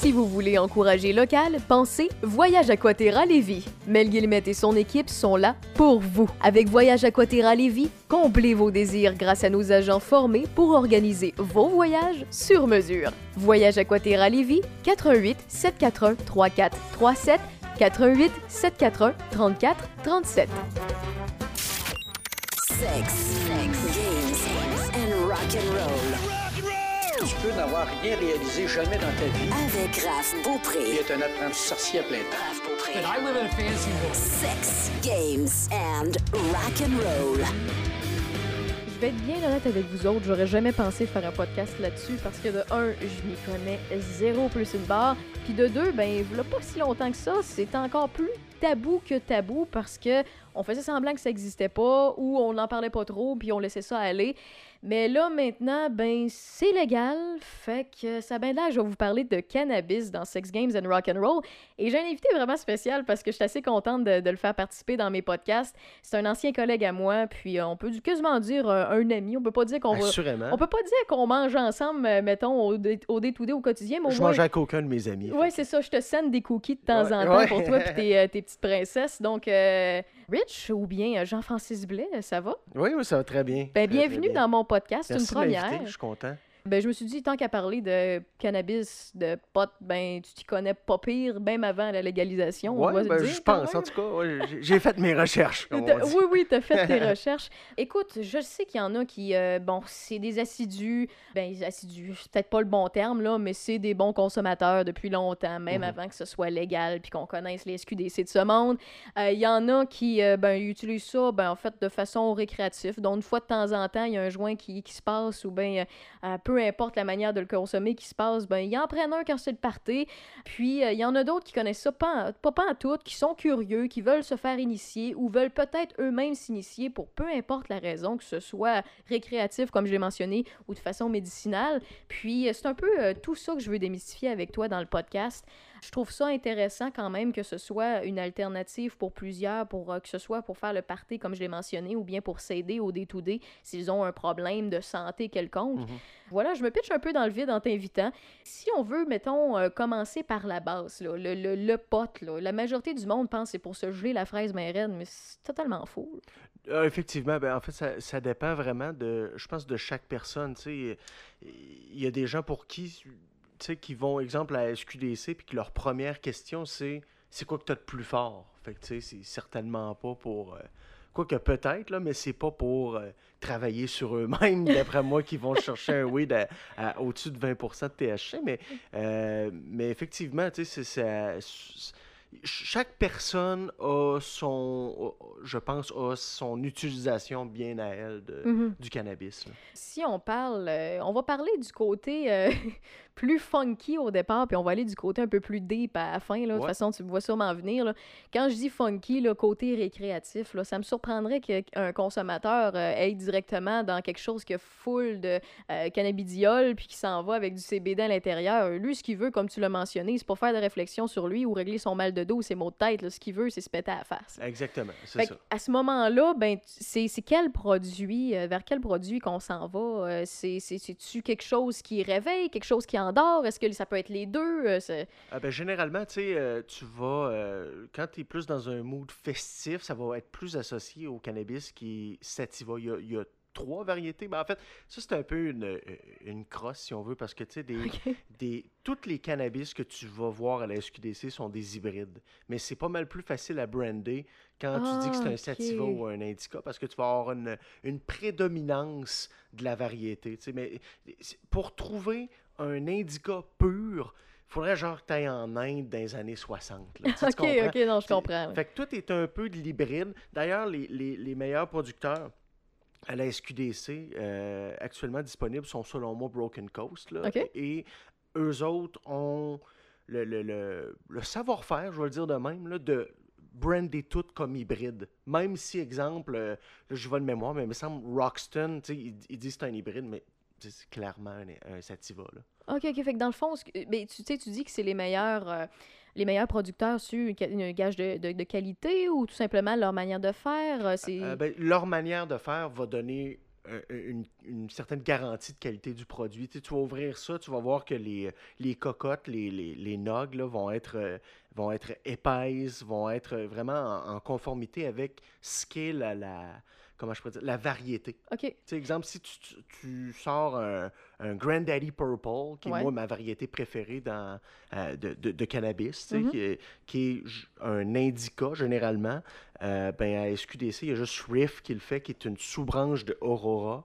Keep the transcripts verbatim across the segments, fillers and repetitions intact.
Si vous voulez encourager local, pensez Voyage Aquaterra Lévis. Mel Guillemette et son équipe sont là pour vous. Avec Voyage Aquaterra Lévis, comblez vos désirs grâce à nos agents formés pour organiser vos voyages sur mesure. Voyage Aquaterra Lévis, quatre un huit, sept quatre un, trois quatre trois sept, quatre un huit, sept quatre un, trente-quatre trente-sept. Sex, sex, games and rock'n'roll. Tu peux n'avoir rien réalisé jamais dans ta vie. Avec Raph Beaupré. Il est un apprenti sorcier à plein temps. Raph Beaupré. And I live in a fancy world. Sex, games and rock'n'roll. Je vais être bien honnête avec vous autres, j'aurais jamais pensé faire un podcast là-dessus parce que de un, je m'y connais zéro plus une barre, puis de deux, ben, il y a pas si longtemps que ça, c'est encore plus tabou que tabou parce que on faisait semblant que ça existait pas ou on n'en parlait pas trop puis on laissait ça aller. Mais là, maintenant, ben, c'est légal, fait que ça a bien l'air, je vais vous parler de cannabis dans Sex Games and Rock'n'Roll. Et j'ai un invité vraiment spécial parce que je suis assez contente de, de le faire participer dans mes podcasts. C'est un ancien collègue à moi, puis on peut quasiment dire euh, un ami. On peut pas dire qu'on va... Assurément. On peut pas dire qu'on mange ensemble, euh, mettons, au day to day au quotidien, mais au Je moins... mange avec aucun de mes amis. Oui, c'est ça. Je te sends des cookies de temps Ouais, en temps ouais. pour toi et tes, euh, tes petites princesses. Donc, euh, Rich ou bien Jean-Francis Blais, ça va? Oui, oui, ça va très bien. Ben, Très, bienvenue très bien. dans mon podcast. C'est une Merci de m'inviter, première. je suis content. Ben, je me suis dit, tant qu'à parler de cannabis, de pot, ben, tu t'y connais pas pire, même avant la légalisation. on va Oui, le ben, dire, je quand pense. même. En tout cas, ouais, j'ai- j'ai fait mes recherches. Comme T'as- on dit. Oui, oui, t'as fait tes recherches. Écoute, je sais qu'il y en a qui, euh, bon, c'est des assidus, ben, assidus, c'est peut-être pas le bon terme, là, mais c'est des bons consommateurs depuis longtemps, même Mhm. avant que ce soit légal, puis qu'on connaisse les S Q D C de ce monde. Euh, Il y en a qui, euh, ben, ils utilisent ça, ben, en fait, de façon récréative. Donc, une fois de temps en temps, il y a un joint qui, qui se passe, ou ben, euh, peu importe la manière de le consommer qui se passe, ben, ils en prennent un quand c'est le party. Puis, euh, il y en a d'autres qui connaissent ça pas, pas, pas en tout, qui sont curieux, qui veulent se faire initier ou veulent peut-être eux-mêmes s'initier pour peu importe la raison, que ce soit récréatif, comme je l'ai mentionné, ou de façon médicinale. Puis, euh, c'est un peu euh, tout ça que je veux démystifier avec toi dans le podcast. Je trouve ça intéressant quand même que ce soit une alternative pour plusieurs, pour euh, que ce soit pour faire le party, comme je l'ai mentionné, ou bien pour s'aider au day-to-day s'ils ont un problème de santé quelconque. Mhm. Voilà, je me pitche un peu dans le vide en t'invitant. Si on veut, mettons, euh, commencer par la base, là, le, le, le pot, là, la majorité du monde pense que c'est pour se geler la fraise bien raide, mais c'est totalement faux. Euh, effectivement, ben, en fait, ça, ça dépend vraiment de, je pense, de chaque personne. Tu sais, il y a des gens pour qui, tu sais, qui vont, exemple, à la S Q D C, puis que leur première question, c'est c'est quoi que tu as de plus fort? Fait que, tu sais, c'est certainement pas pour. Euh, Quoique peut-être, là, mais c'est pas pour euh, travailler sur eux-mêmes, d'après moi, qui vont chercher un weed à, à au-dessus de vingt pour cent de T H C. Mais, euh, mais effectivement, tu sais, c'est, c'est, c'est- chaque personne a son, je pense, a son utilisation bien à elle de, Mhm. du cannabis. Là. Si on parle, euh, on va parler du côté euh, plus funky au départ, puis on va aller du côté un peu plus deep à la fin. Là. De toute Ouais. façon, tu me vois sûrement venir. Là. Quand je dis funky, là, côté récréatif, là, ça me surprendrait qu'un consommateur euh, aille directement dans quelque chose qui a full de euh, cannabidiol, puis qui s'en va avec du C B D à l'intérieur. Lui, ce qu'il veut, comme tu l'as mentionné, c'est pas faire de réflexion sur lui ou régler son mal de dos ou ses maux de tête. Là. Ce qu'il veut, c'est se péter à la face. Exactement, c'est Fait ça. à ce moment-là, ben, tu- c'est c'est quel produit, euh, vers quel produit qu'on s'en va? Euh, c'est- c'est- C'est-tu quelque chose qui réveille, quelque chose qui endort? Est-ce que ça peut être les deux? Euh, c'est- Ah ben, généralement, tu sais, euh, tu vas, euh, quand tu es plus dans un mood festif, ça va être plus associé au cannabis qui est sativa. Il y a, il y a trois variétés. Mais en fait, ça, c'est un peu une, euh, une crosse, si on veut, parce que, tu sais, des, Ok. des, toutes les cannabis que tu vas voir à la S Q D C sont des hybrides. Mais c'est pas mal plus facile à brander quand tu dis que c'est Ah, un sativa ok. ou un indica, parce que tu vas avoir une, une prédominance de la variété. tu sais. Mais c'est- pour trouver un indica pur, il faudrait genre que tu ailles en Inde dans les années soixante. Là. Tu sais, tu Ok, comprends? ok, non, je C'est- comprends. ouais. Fait que tout est un peu de l'hybride. D'ailleurs, les, les- les meilleurs producteurs à la S Q D C euh, actuellement disponibles sont selon moi Broken Coast. Là, Ok. et eux autres ont le, le- le- le savoir-faire, je vais le dire de même, là, de brander tout comme hybride. Même si, exemple, euh, là, je vais de mémoire, mais il me semble Roxton, tu sais, ils, ils disent que c'est un hybride, mais tu sais, c'est clairement un, un sativa. Là. Ok, ok, fait que dans le fond, ce que- ben, tu sais, tu dis que c'est les meilleurs, euh, les meilleurs producteurs sur une, ca- une gage de, de- de qualité ou tout simplement leur manière de faire? euh, C'est... Euh, ben, leur manière de faire va donner euh, une, une certaine garantie de qualité du produit. Tu sais, tu vas ouvrir ça, tu vas voir que les, les cocottes, les, les, les nogs là, vont être, euh, vont être épaisses, vont être vraiment en, en conformité avec ce qu'est la, la, comment je pourrais dire, la variété. OK. Tu sais, exemple, si tu, tu, tu sors un, un Granddaddy Purple, qui est Ouais. moi ma variété préférée dans, euh, de, de, de cannabis, tu sais, Mhm. qui, est, qui est j- un indica généralement, euh, ben à S Q D C, il y a juste Riff qui le fait, qui est une sous-branche de Aurora.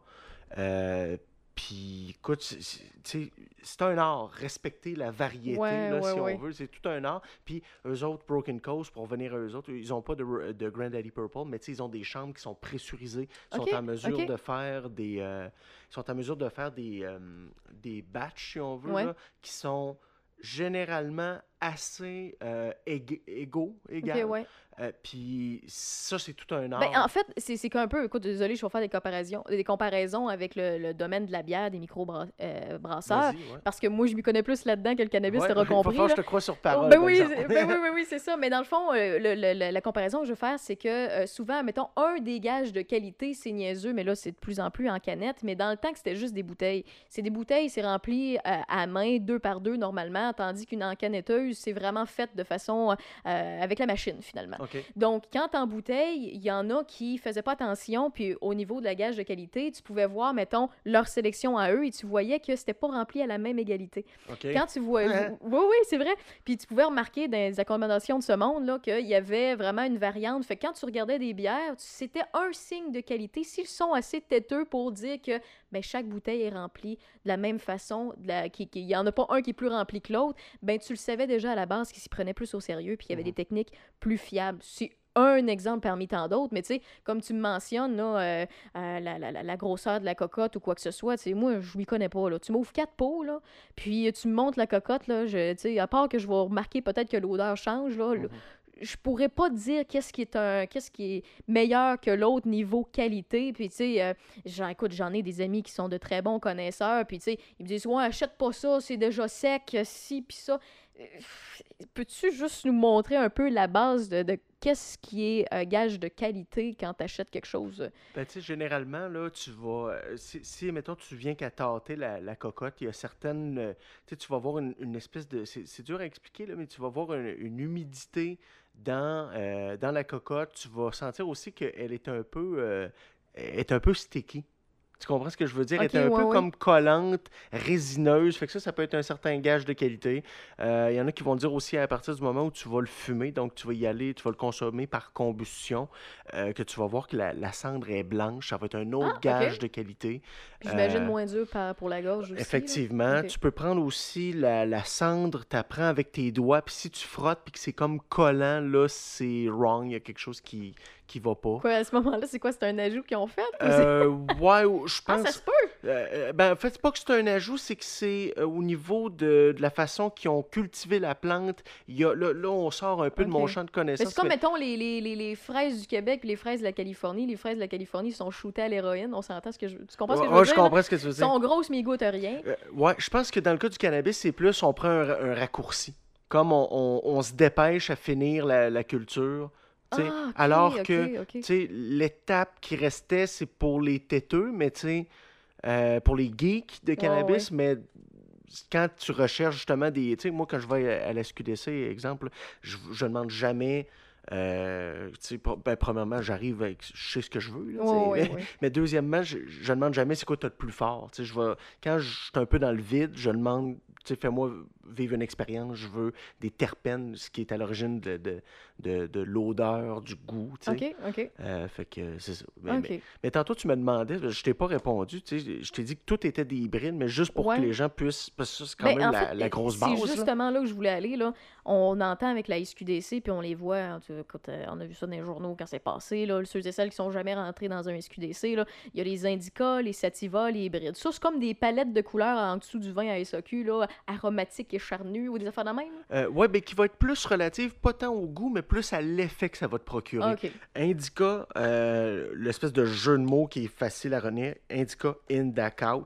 Euh, Puis, écoute, c'est- c'est tu sais, c'est un art. Respecter la variété, Ouais, là, ouais, si ouais. on veut, c'est tout un art. Puis, eux autres, Broken Coast, pour revenir à eux autres, ils n'ont pas de, r- de Granddaddy Purple, mais tu sais, ils ont des chambres qui sont pressurisées, sont OK, en mesure OK. de faire des, euh, ils sont en mesure de faire des, euh, des batchs, si on veut, Ouais. là, qui sont généralement assez euh, ég- égaux, OK, égales. ouais. Euh, puis ça, c'est tout un Ben, en art. fait, c'est c'est qu'un peu, écoute, désolé, je vais faire des comparaisons, des comparaisons avec le, le domaine de la bière, des micro-brasseurs, Vas-y, ouais. parce que moi, je m'y connais plus là-dedans que le cannabis, Ouais, t'auras ouais, il va compris, falloir là. que je te croie sur Oh, parole, ben par oui, exemple. c'est- ben oui, oui, oui, c'est ça. Mais dans le fond, euh, le- le- le- la comparaison que je veux faire, c'est que euh, souvent, mettons, un des gages de qualité, c'est niaiseux, mais là, c'est de plus en plus en canette. Mais dans le temps que c'était juste des bouteilles. C'est des bouteilles, c'est rempli euh, à main, deux par deux, normalement, tandis qu'une encanetteuse, c'est vraiment fait de façon euh, avec la machine, finalement. OK. Donc, quand en bouteille, il y en a qui faisaient pas attention, puis au niveau de la gage de qualité, tu pouvais voir, mettons, leur sélection à eux, et tu voyais que c'était pas rempli à la même égalité. OK. Quand tu vois... Hein? Oui, oui, c'est vrai. Puis tu pouvais remarquer dans les accommodations de ce monde-là qu'il y avait vraiment une variante. Fait que quand tu regardais des bières, tu- c'était un signe de qualité. S'ils sont assez têteux pour dire que ben, chaque bouteille est remplie de la même façon, de la- qu'il qu'il y en a pas un qui est plus rempli que l'autre, ben tu le savais déjà à la base qu'ils s'y prenaient plus au sérieux, puis qu'il y avait Mhm. des techniques plus fiables. C'est un exemple parmi tant d'autres, mais tu sais, comme tu me mentionnes, là, euh, euh, la, la- la- la grosseur de la cocotte ou quoi que ce soit, tu sais, moi, je m'y connais pas, là. Tu m'ouvres quatre pots, là, puis tu me montres la cocotte, là, je, tu sais, à part que je vais remarquer peut-être que l'odeur change, là, Mhm. je pourrais pas te dire qu'est-ce qui est un qu'est-ce qui est meilleur que l'autre niveau qualité. Puis tu sais, euh, j'en écoute, j'en ai des amis qui sont de très bons connaisseurs, puis tu sais, ils me disent ouais, achète pas ça, c'est déjà sec, ci puis ça. Euh, Peux-tu juste nous montrer un peu la base de, de qu'est-ce qui est un gage de qualité quand tu achètes quelque chose? Ben, tu sais, généralement, là, tu vas. euh, Si, si, mettons, tu viens qu'à tâter la, la cocotte, il y a certaines. euh, Tu sais, tu vas voir une, une espèce de. C'est c'est dur à expliquer, là, mais tu vas voir une, une humidité dans, euh, dans la cocotte. Tu vas sentir aussi qu'elle est un peu. euh, est un peu sticky. Tu comprends ce que je veux dire? Elle Ok, est un ouais, peu ouais. comme collante, résineuse. Fait que ça, ça peut être un certain gage de qualité. Euh, Il y en a qui vont dire aussi à partir du moment où tu vas le fumer, donc tu vas y aller, tu vas le consommer par combustion, euh, que tu vas voir que la, la cendre est blanche. Ça va être un autre Ah, ok. gage de qualité. Puis j'imagine Euh, moins dur par- pour la gorge aussi. là. Effectivement, Ok. tu peux prendre aussi la, la cendre, tu prends avec tes doigts, puis si tu frottes, puis que c'est comme collant, là, c'est wrong, il y a quelque chose qui qui va pas. Quoi, à ce moment-là, c'est quoi? C'est un ajout qu'ils ont fait? ou c'est- Euh, ouais, ou- je Ah, pense. ça se peut! Euh, euh, ben, en fait, c'est pas que c'est un ajout, c'est que c'est euh, au niveau de, de la façon qu'ils ont cultivé la plante. Il y a, là, là, on sort un peu de mon Ok. champ de Mais connaissances. c'est comme, mais- mettons, les, les, les, les fraises du Québec et les fraises de la Californie. Les fraises de la Californie sont shootées à l'héroïne. On s'entend ce que je... Tu comprends ce que je veux Ouais, dire? je là? comprends ce que tu veux Ils dire. sont grosses, mais ils goûtent rien. Euh, ouais, je pense que dans le cas du cannabis, c'est plus on prend un, un raccourci. Comme on, on- on se dépêche à finir la, la culture. tu sais, Ah, ok, alors ok, que ok. tu sais, l'étape qui restait, c'est pour les têteux, mais tu sais, euh, pour les geeks de cannabis, mais quand tu recherches justement des. Tu sais, moi, quand je vais à, à la S Q D C, exemple, je, je demande jamais. Euh, tu sais, pro- ben, premièrement, j'arrive avec. Je sais ce que je veux. Là, tu sais. Ouais, ouais, ouais. Mais deuxièmement, je, je demande jamais c'est quoi tu as de plus fort. Tu sais, je vais, quand je suis un peu dans le vide, je demande, tu sais, fais-moi vivre une expérience. Je veux des terpènes, ce qui est à l'origine de, de, de, de l'odeur, du goût. Tu sais. Ok, ok. Euh, fait que c'est ça. Mais, Ok. mais- mais tantôt, tu me demandais, je t'ai pas répondu. Tu sais, je t'ai dit que tout était des hybrides, mais juste pour Ouais. que les gens puissent. Parce que ça, c'est quand Ben, même en la, fait, la grosse c'est base. là. justement là. où je voulais aller. Là. On entend avec la S Q D C, puis on les voit. hein, tu- Écoute, euh, on a vu ça dans les journaux quand c'est passé. Là, ceux et celles qui sont jamais rentrés dans un S Q D C, là, il y a les indicas, les sativas, les hybrides. Ça, c'est comme des palettes de couleurs en dessous du vin à S A Q, là, aromatiques et charnus, ou des affaires de même. là. Euh, ouais, ben qui va être plus relative, pas tant au goût, mais plus à l'effet que ça va te procurer. Ah, ok. Indica, euh, l'espèce de jeu de mots qui est facile à retenir, Indica in the couch.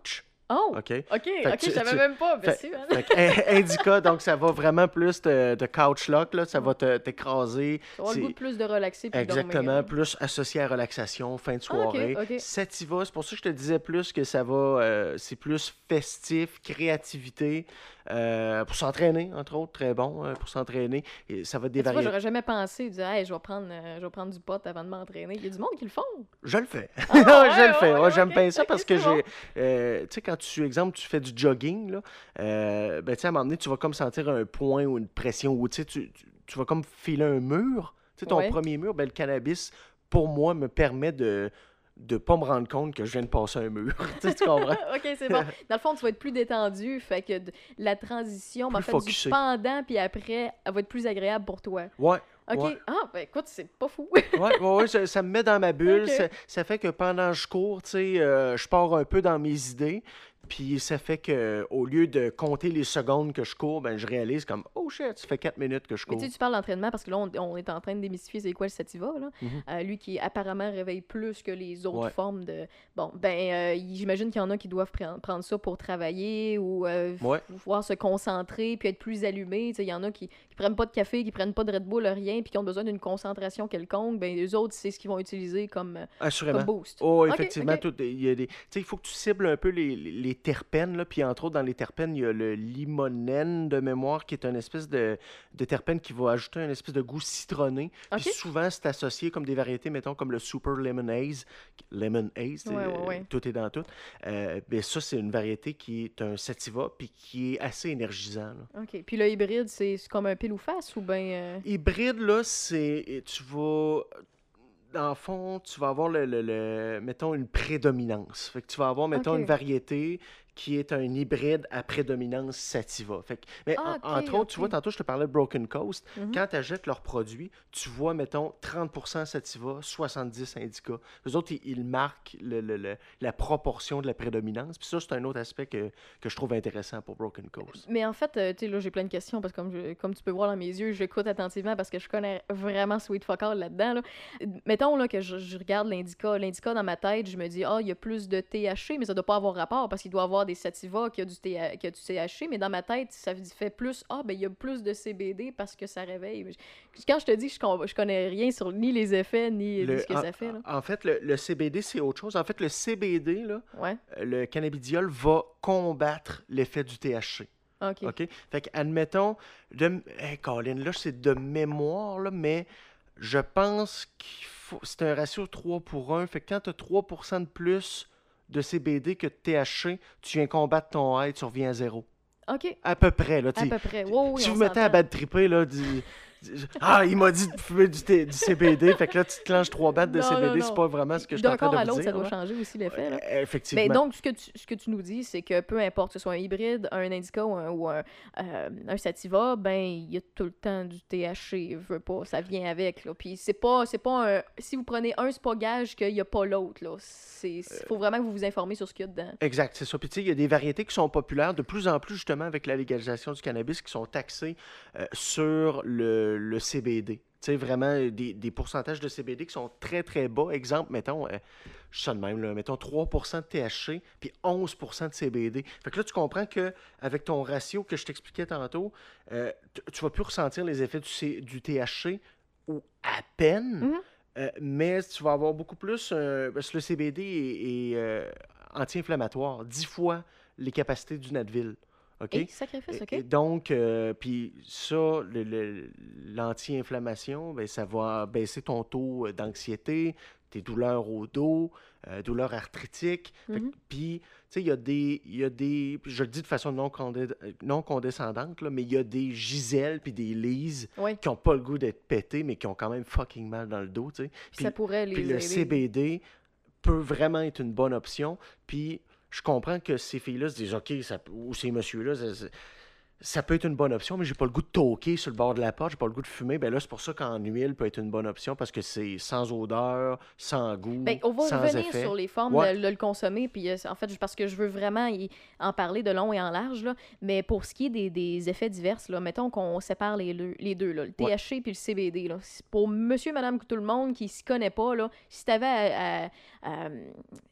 Oh! OK? OK, que OK, tu- je savais tu- même pas. Fait, Merci, man. fait que, in- Indica, donc ça va vraiment plus de, de couch lock, là, ça va te- t'écraser. Tu vas avoir le goût C'est de plus de relaxer puis de dormir. exactement là. plus associé à relaxation, fin de Ah, OK, soirée. OK. Sativa, c'est pour ça que je te disais plus que ça va, euh, c'est plus festif, créativité, euh, pour s'entraîner, entre autres, très bon euh, pour s'entraîner. Et ça va Mais tu vois, dévarier. j'aurais jamais pensé de dire, hey, je vais prendre, euh, je vais prendre du pot avant de m'entraîner. Il y a du monde qui le font. Je le fais. Ah, je ouais, le fais. ouais, Ouais, ouais, j'aime ok, bien ça ok, parce que c'est bon. j'ai. euh, tu sais, quand tu, exemple, tu fais du jogging, là, euh, ben, tu sais, à un moment donné, tu vas comme sentir un point ou une pression ou tu sais, tu, tu, tu vas comme filer un mur. Tu sais, ton Ouais. premier mur, ben, le cannabis, pour moi, me permet de de pas me rendre compte que je viens de passer un mur. Tu sais, tu comprends? OK, c'est bon. Dans le fond, tu vas être plus détendu, fait que de- la transition, ben, en Plus fait, focusé. du pendant, puis après, elle va être plus agréable pour toi. Ouais. OK. Ouais. Ah, ben écoute, c'est pas fou. Ouais, ouais, ouais, ça, ça me met dans ma bulle. Ok. Ça, ça fait que pendant que je cours, tu sais, euh, je pars un peu dans mes idées. Puis ça fait que au lieu de compter les secondes que je cours, ben je réalise comme oh shit, ça fait quatre minutes que je Mais cours. tu sais, tu parles d'entraînement parce que là, on, on est en train de démystifier c'est quoi le sativa, là. Mhm. Euh, lui qui apparemment réveille plus que les autres Ouais. formes de... Bon, ben, euh, y- j'imagine qu'il y en a qui doivent pre- prendre ça pour travailler ou euh, f- Ouais. pouvoir se concentrer puis être plus allumés. Tu sais, il y en a qui, qui prennent pas de café, qui prennent pas de Red Bull, rien, puis qui ont besoin d'une concentration quelconque. Ben, les autres, c'est ce qu'ils vont utiliser comme, euh, Assurément. comme boost. Oh, Ok, effectivement, ok. tout, il y a des, tu sais, il faut que tu cibles un peu les, les, les terpènes, là, puis entre autres, dans les terpènes, il y a le limonène de mémoire, qui est une espèce de, de terpène qui va ajouter un espèce de goût citronné. Puis Ok. souvent, c'est associé comme des variétés, mettons, comme le Super Lemon Haze. Lemon Haze, Ouais, ouais, euh, ouais. tout est dans tout. Euh, ben ça, c'est une variété qui est un sativa, puis qui est assez énergisant, là. OK. Puis le hybride, c'est c'est comme un pile ou face ou ben... Hybride, là, c'est. Tu vas. Dans le fond, tu vas avoir le, le- le- mettons, une prédominance. Fait que tu vas avoir, mettons, Ok. une variété qui est un hybride à prédominance sativa. Fait que, mais Ah, en- ok, entre autres, tu vois, ok. tantôt, je te parlais de Broken Coast. Mhm. Quand tu achètes leurs produits, tu vois, mettons, trente pour cent sativa, soixante-dix indica. Les autres, ils, ils marquent le- le- le- la proportion de la prédominance. Puis ça, c'est un autre aspect que, que je trouve intéressant pour Broken Coast. Mais en fait, euh, tu sais, là, j'ai plein de questions parce que comme, je- comme tu peux voir dans mes yeux, j'écoute attentivement parce que je connais vraiment Sweet Fuck All là-dedans. Là. Euh, Mettons là, que je, je regarde l'indica. L'indica, dans ma tête, je me dis, ah, il y a plus de T H C, mais ça doit pas avoir rapport parce qu'il doit avoir des sativa qui a du, T H qui a du C H C. Mais dans ma tête, ça fait plus, ah, ben il y a plus de C B D parce que ça réveille. Mais je- Quand je te dis que je, con- je connais rien sur ni les effets, ni, ni Le- ce que en, ça fait. Là. en fait, le, le C B D, c'est autre chose. En fait, le C B D, là, Ouais, euh, le cannabidiol va combattre l'effet du T H C. ok. OK? Fait que, admettons, de, hey, Colin, là, c'est de mémoire, là, mais je pense qu'il faut. C'est un ratio trois pour un. Fait que quand tu as trois pour cent de plus de C B D que de T H C, tu viens combattre ton high, tu reviens à zéro. Ok, À peu près, là. à tu sais. peu près. Wow, oui, si on vous mettez à s'entend. bad tripper, là, du, du- ah, il m'a dit de fumer du, T- du C B D, fait que là, tu te clenches trois battes de Non, C B D, non, c'est non. pas vraiment ce que je suis en D'un train corps de à vous l'autre, dire. ça doit là. changer aussi l'effet. là. Euh, Effectivement. Mais donc, ce que, tu, ce que tu nous dis, c'est que peu importe que ce soit un hybride, un indica ou un, ou un, euh, un sativa, ben, il y a tout le temps du T H C, veut pas, ça vient avec, là. Puis c'est pas, c'est pas un... Si vous prenez un, c'est pas gage qu'il y a pas l'autre, là. C'est... Faut vraiment que vous vous informez sur ce qu'il y a dedans. Exact, c'est ça. Puis tu sais, il y a des variétés qui sont populaires de plus en plus, justement, avec la légalisation du cannabis, qui sont taxées euh, sur le, le C B D. Tu sais, vraiment, des, des pourcentages de C B D qui sont très, très bas. Exemple, mettons, euh, je suis ça de même, là, mettons trois pour cent de T H C, puis onze pour cent de C B D. Fait que là, tu comprends qu'avec ton ratio que je t'expliquais tantôt, euh, tu tu vas plus ressentir les effets du, C- du T H C, ou à peine, Mhm. euh, mais tu vas avoir beaucoup plus, euh, parce que le C B D est, est, euh, anti-inflammatoire, dix fois les capacités du Advil. OK? Et sacrifice, OK? Et, et donc, euh, puis ça, le- le- l'anti-inflammation, ben, ça va baisser ton taux euh, d'anxiété, tes douleurs au dos, euh, douleurs arthritiques. Fait que- Mhm. Puis, tu sais, il y a des, il y a des, puis je le dis de façon non, condé- non condescendante, là, mais il y a des giselles puis des lises Ouais. qui n'ont pas le goût d'être pétées, mais qui ont quand même fucking mal dans le dos, tu sais. Puis ça pourrait les Puis le aider. C B D peut vraiment être une bonne option. Puis je comprends que ces filles-là se disent, OK, ça, peut- ou ces messieurs-là, ça, ça- ça peut être une bonne option, mais j'ai pas le goût de toquer sur le bord de la porte, j'ai pas le goût de fumer. Ben là, c'est pour ça qu'en huile peut être une bonne option parce que c'est sans odeur, sans goût, Ben, on va sans revenir effet. sur les formes Ouais. de, de le consommer, puis euh, en fait, parce que je veux vraiment y- en parler de long et en large, là, mais pour ce qui est des, des effets divers, là, mettons qu'on sépare les, deux- les deux, là, le Ouais. T H C puis le C B D, là, c'est pour monsieur, madame, tout le monde qui s'y connaît pas, là, si tu avais à, à- à,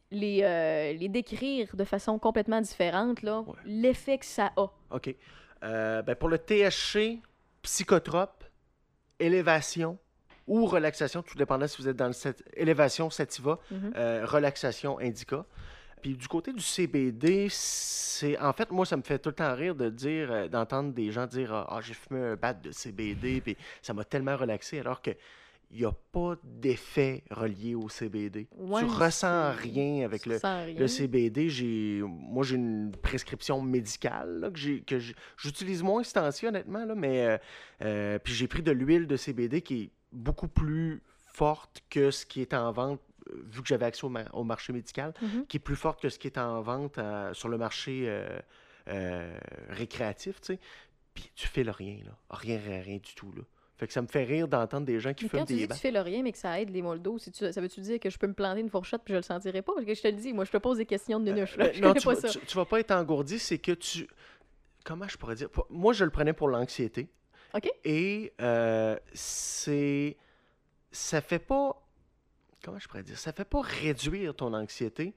les, euh, les décrire de façon complètement différente, là, Ouais. l'effet que ça a. OK. Euh, ben pour le T H C, psychotrope, élévation ou relaxation, tout dépendant si vous êtes dans le set- élévation, sativa, Mhm. euh, relaxation, indica. Puis du côté du C B D, c'est en fait, moi, ça me fait tout le temps rire de dire, euh, d'entendre des gens dire ah, ah, j'ai fumé un bat de C B D, puis ça m'a tellement relaxé, alors que il n'y a pas d'effet relié au C B D. Ouais, tu ressens c'est- rien avec tu le, ressens rien. le C B D. J'ai, moi, j'ai une prescription médicale là, que, j'ai, que j'ai- j'utilise moins ce temps-ci, honnêtement, là, mais euh, euh, puis j'ai pris de l'huile de C B D qui est beaucoup plus forte que ce qui est en vente, euh, vu que j'avais accès au, ma- au marché médical, Mhm. qui est plus forte que ce qui est en vente euh, sur le marché euh, euh, récréatif, tu sais. Puis tu files rien, là. Rien, rien, rien du tout, là. Fait que ça me fait rire d'entendre des gens qui Mais fument quand tu des dis que battes. tu fais le rien, mais que ça aide les moldos, c'est-tu- ça veut-tu dire que je peux me planter une fourchette puis je le sentirai pas? Parce que je te le dis, moi, je te pose des questions de nunuche, là. Euh, Je non, connais tu pas vas, ça. tu, tu vas pas être engourdi, c'est que tu... Comment je pourrais dire? Pour- Moi, je le prenais pour l'anxiété. OK? Et euh, c'est... Ça fait pas... Comment je pourrais dire? Ça fait pas réduire ton anxiété.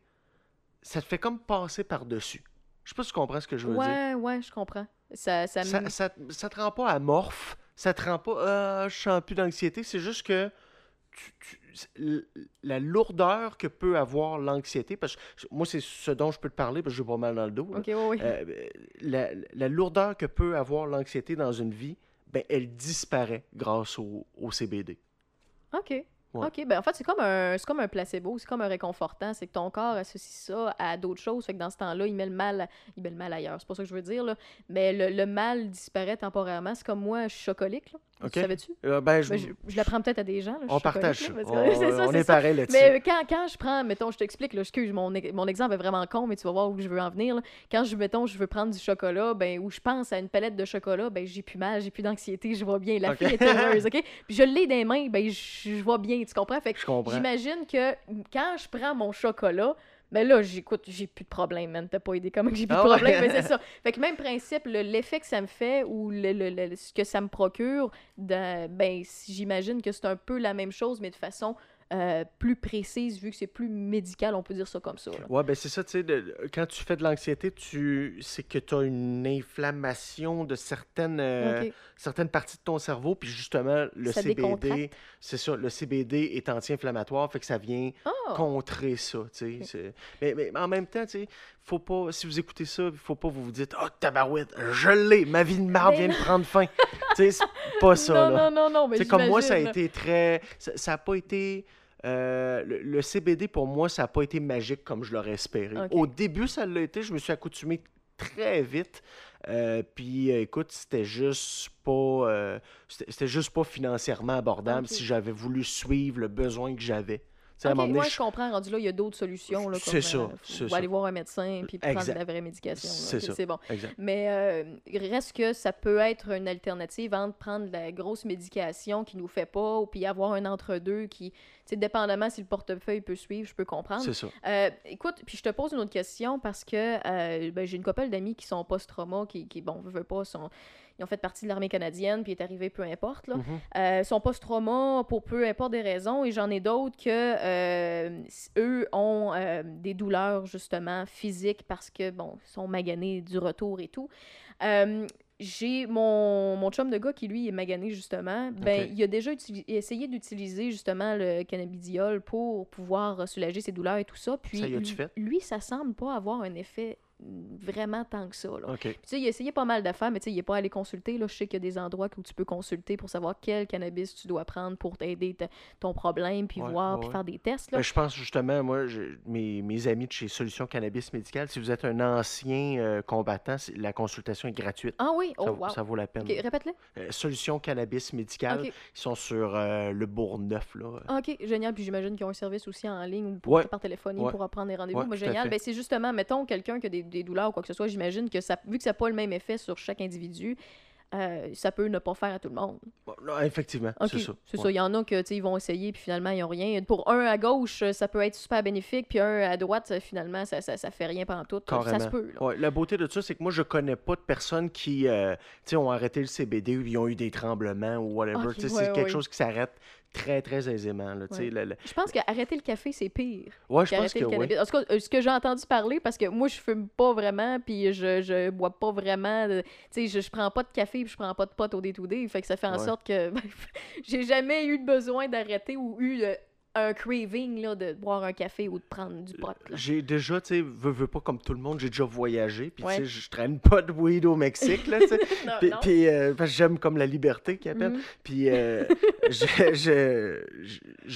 Ça te fait comme passer par-dessus. Je sais pas si tu comprends ce que je veux dire. Ouais, ouais, je comprends. Ça, ça, Ça, me- ça, ça te rend pas amorphe. Ça te rend pas... Ah, je sens plus d'anxiété. C'est juste que... tu- tu- l- la lourdeur que peut avoir l'anxiété, parce que moi, c'est ce dont je peux te parler, parce que j'ai pas mal dans le dos. là. OK, ouais, ouais. Euh, la, la lourdeur que peut avoir l'anxiété dans une vie, ben, elle disparaît grâce au, au C B D. OK. Ouais. OK. Ben, en fait, c'est comme un, c'est comme un placebo, c'est comme un réconfortant. C'est que ton corps associe ça à d'autres choses. Fait que dans ce temps-là, il met le mal, il met le mal ailleurs. C'est pas ça que je veux dire, là. Mais le, le mal disparaît temporairement. C'est comme moi, je suis chocolique, là. OK. Tu savais-tu? Euh, ben, je- Ben, je je l'apprends peut-être à des gens, là. je on suis chocolique, partage ça. là, parce On, que- c'est ça, on c'est est ça. pareil là-dessus. Mais euh, quand, quand je prends, mettons, je t'explique, là, excuse, mon, ex- mon exemple est vraiment con, mais tu vas voir où je veux en venir. Là. Quand je, mettons, je veux prendre du chocolat, ben, ou je pense à une palette de chocolat, ben, j'ai plus mal, j'ai plus d'anxiété, je vois bien. La Ok. fille est heureuse, OK? Puis je l'ai dans les mains, ben, je, je vois bien, tu comprends? Fait que Je comprends. j'imagine que quand je prends mon chocolat, ben là, j'écoute, j'ai plus de problème, man. T'as pas idée comment que j'ai plus de Ah ouais? problème, mais c'est ça. Fait que même principe, le- l'effet que ça me fait ou le, le- le- ce que ça me procure, de- ben si- j'imagine que c'est un peu la même chose, mais de façon euh, plus précise, vu que c'est plus médical, on peut dire ça comme ça. là. Ouais, ben c'est ça, tu sais, de- quand tu fais de l'anxiété, tu c'est que tu as une inflammation de certaines, euh, Ok. certaines parties de ton cerveau, puis justement, le Ça C B D, décontracte? c'est ça, le C B D est anti-inflammatoire, fait que ça vient Ah! contrer ça, tu sais. Ok. c'est- Mais, mais en même temps, tu sais, faut pas, si vous écoutez ça, il faut pas vous vous dites « Oh, tabarouette, je l'ai, ma vie de marde Ben vient de prendre fin. » Tu sais, c'est pas ça, non, là. non, non, non, mais Tu sais, comme moi, ça a j'imagine, là. été très... Ça, ça a pas été... euh, le, le C B D, pour moi, ça n'a pas été magique comme je l'aurais espéré. Ok. Au début, ça l'a été. Je me suis accoutumé très vite. Euh, puis, euh, écoute, c'était juste pas... euh, c'était c'était juste pas financièrement abordable Ok. si j'avais voulu suivre le besoin que j'avais. Tu sais, à un Ok, moment donné, moi, je- je comprends. Rendu là, il y a d'autres solutions. là, C'est comme, ça, euh, faut- c'est faut ça. aller voir un médecin puis prendre Exact. de la vraie médication. là. C'est Ok, ça. C'est bon. Exact. Mais euh, reste que ça peut être une alternative entre prendre de la grosse médication qui nous fait pas ou puis avoir un entre-deux qui, tu sais, dépendamment si le portefeuille peut suivre, je peux comprendre. C'est ça. Euh, écoute, puis je te pose une autre question parce que euh, ben, j'ai une couple d'amis qui sont post-trauma, qui, qui bon, veulent pas, sont, ils ont fait partie de l'armée canadienne, puis est arrivé peu importe, là. Mhm. Euh, sont post-trauma pour peu importe des raisons, et j'en ai d'autres que euh, s- eux ont euh, des douleurs justement physiques parce que bon, ils sont maganés du retour et tout. Euh, j'ai mon, mon chum de gars qui lui est magané justement, ben Ok. il a déjà utili- essayé d'utiliser justement le cannabidiol pour pouvoir soulager ses douleurs et tout ça. Puis Ça y a-tu lui, fait? lui, ça semble pas avoir un effet vraiment tant que ça. Là. OK. Puis, tu sais, il a essayé pas mal d'affaires, mais tu sais, il n'est pas allé consulter. Là. Je sais qu'il y a des endroits où tu peux consulter pour savoir quel cannabis tu dois prendre pour t'aider ta- ton problème, puis Ouais, voir, ouais, puis ouais. faire des tests. Là. Ben, je pense justement, moi, j'ai- mes, mes amis de chez Solutions Cannabis Médical, si vous êtes un ancien euh, combattant, c'est- la consultation est gratuite. Ah oui? Oh, ça, wow. ça vaut la peine. Ok, répète-le. Euh, Solutions Cannabis Médical, Ok. ils sont sur euh, le Bourgneuf, là. Ah, ok, génial. Puis j'imagine qu'ils ont un service aussi en ligne ou pour, Ouais. par téléphone Ouais. pour prendre des rendez-vous. Ouais, Mais tout à génial. fait. Ben, c'est justement, mettons, quelqu'un qui a des, des douleurs ou quoi que ce soit, j'imagine que ça, vu que ça n'a pas le même effet sur chaque individu, euh, ça peut ne pas faire à tout le monde. Bon, là, effectivement, Ok, c'est ça. C'est Ouais. ça. Il y en a que, tu sais, ils vont essayer, puis finalement, ils n'ont rien. Pour un à gauche, ça peut être super bénéfique, puis un à droite, ça, finalement, ça, ça, ça fait rien pendant tout. Ça Carrément. se peut, là. Ouais, la beauté de ça, c'est que moi, je connais pas de personnes qui euh, tu sais, ont arrêté le C B D ou ils ont eu des tremblements ou whatever. Ok, Tu sais, ouais, c'est quelque ouais. chose qui s'arrête très, très aisément. Là, tu sais, Ouais. le- le- Je pense qu'arrêter le café, c'est pire Ouais, je pense qu'arrêter que le oui. cannabis. En tout cas, euh, ce que j'ai entendu parler, parce que moi, je fume pas vraiment, puis je, je bois pas vraiment. de- Tu sais, je, je prends pas de café, puis je prends pas de pot au day-to-day. Fait que ça fait en Ouais. sorte que ben, j'ai jamais eu besoin d'arrêter ou eu euh, un craving là, de boire un café ou de prendre du pot. Là. J'ai déjà, tu sais, veux, veux pas comme tout le monde, j'ai déjà voyagé, puis Ouais. tu sais, je traîne pas de weed au Mexique, là, tu sais. Non, Puis, non. puis, euh, parce que j'aime comme la liberté qu'ils appellent. Mhm. Puis euh, je- je- je-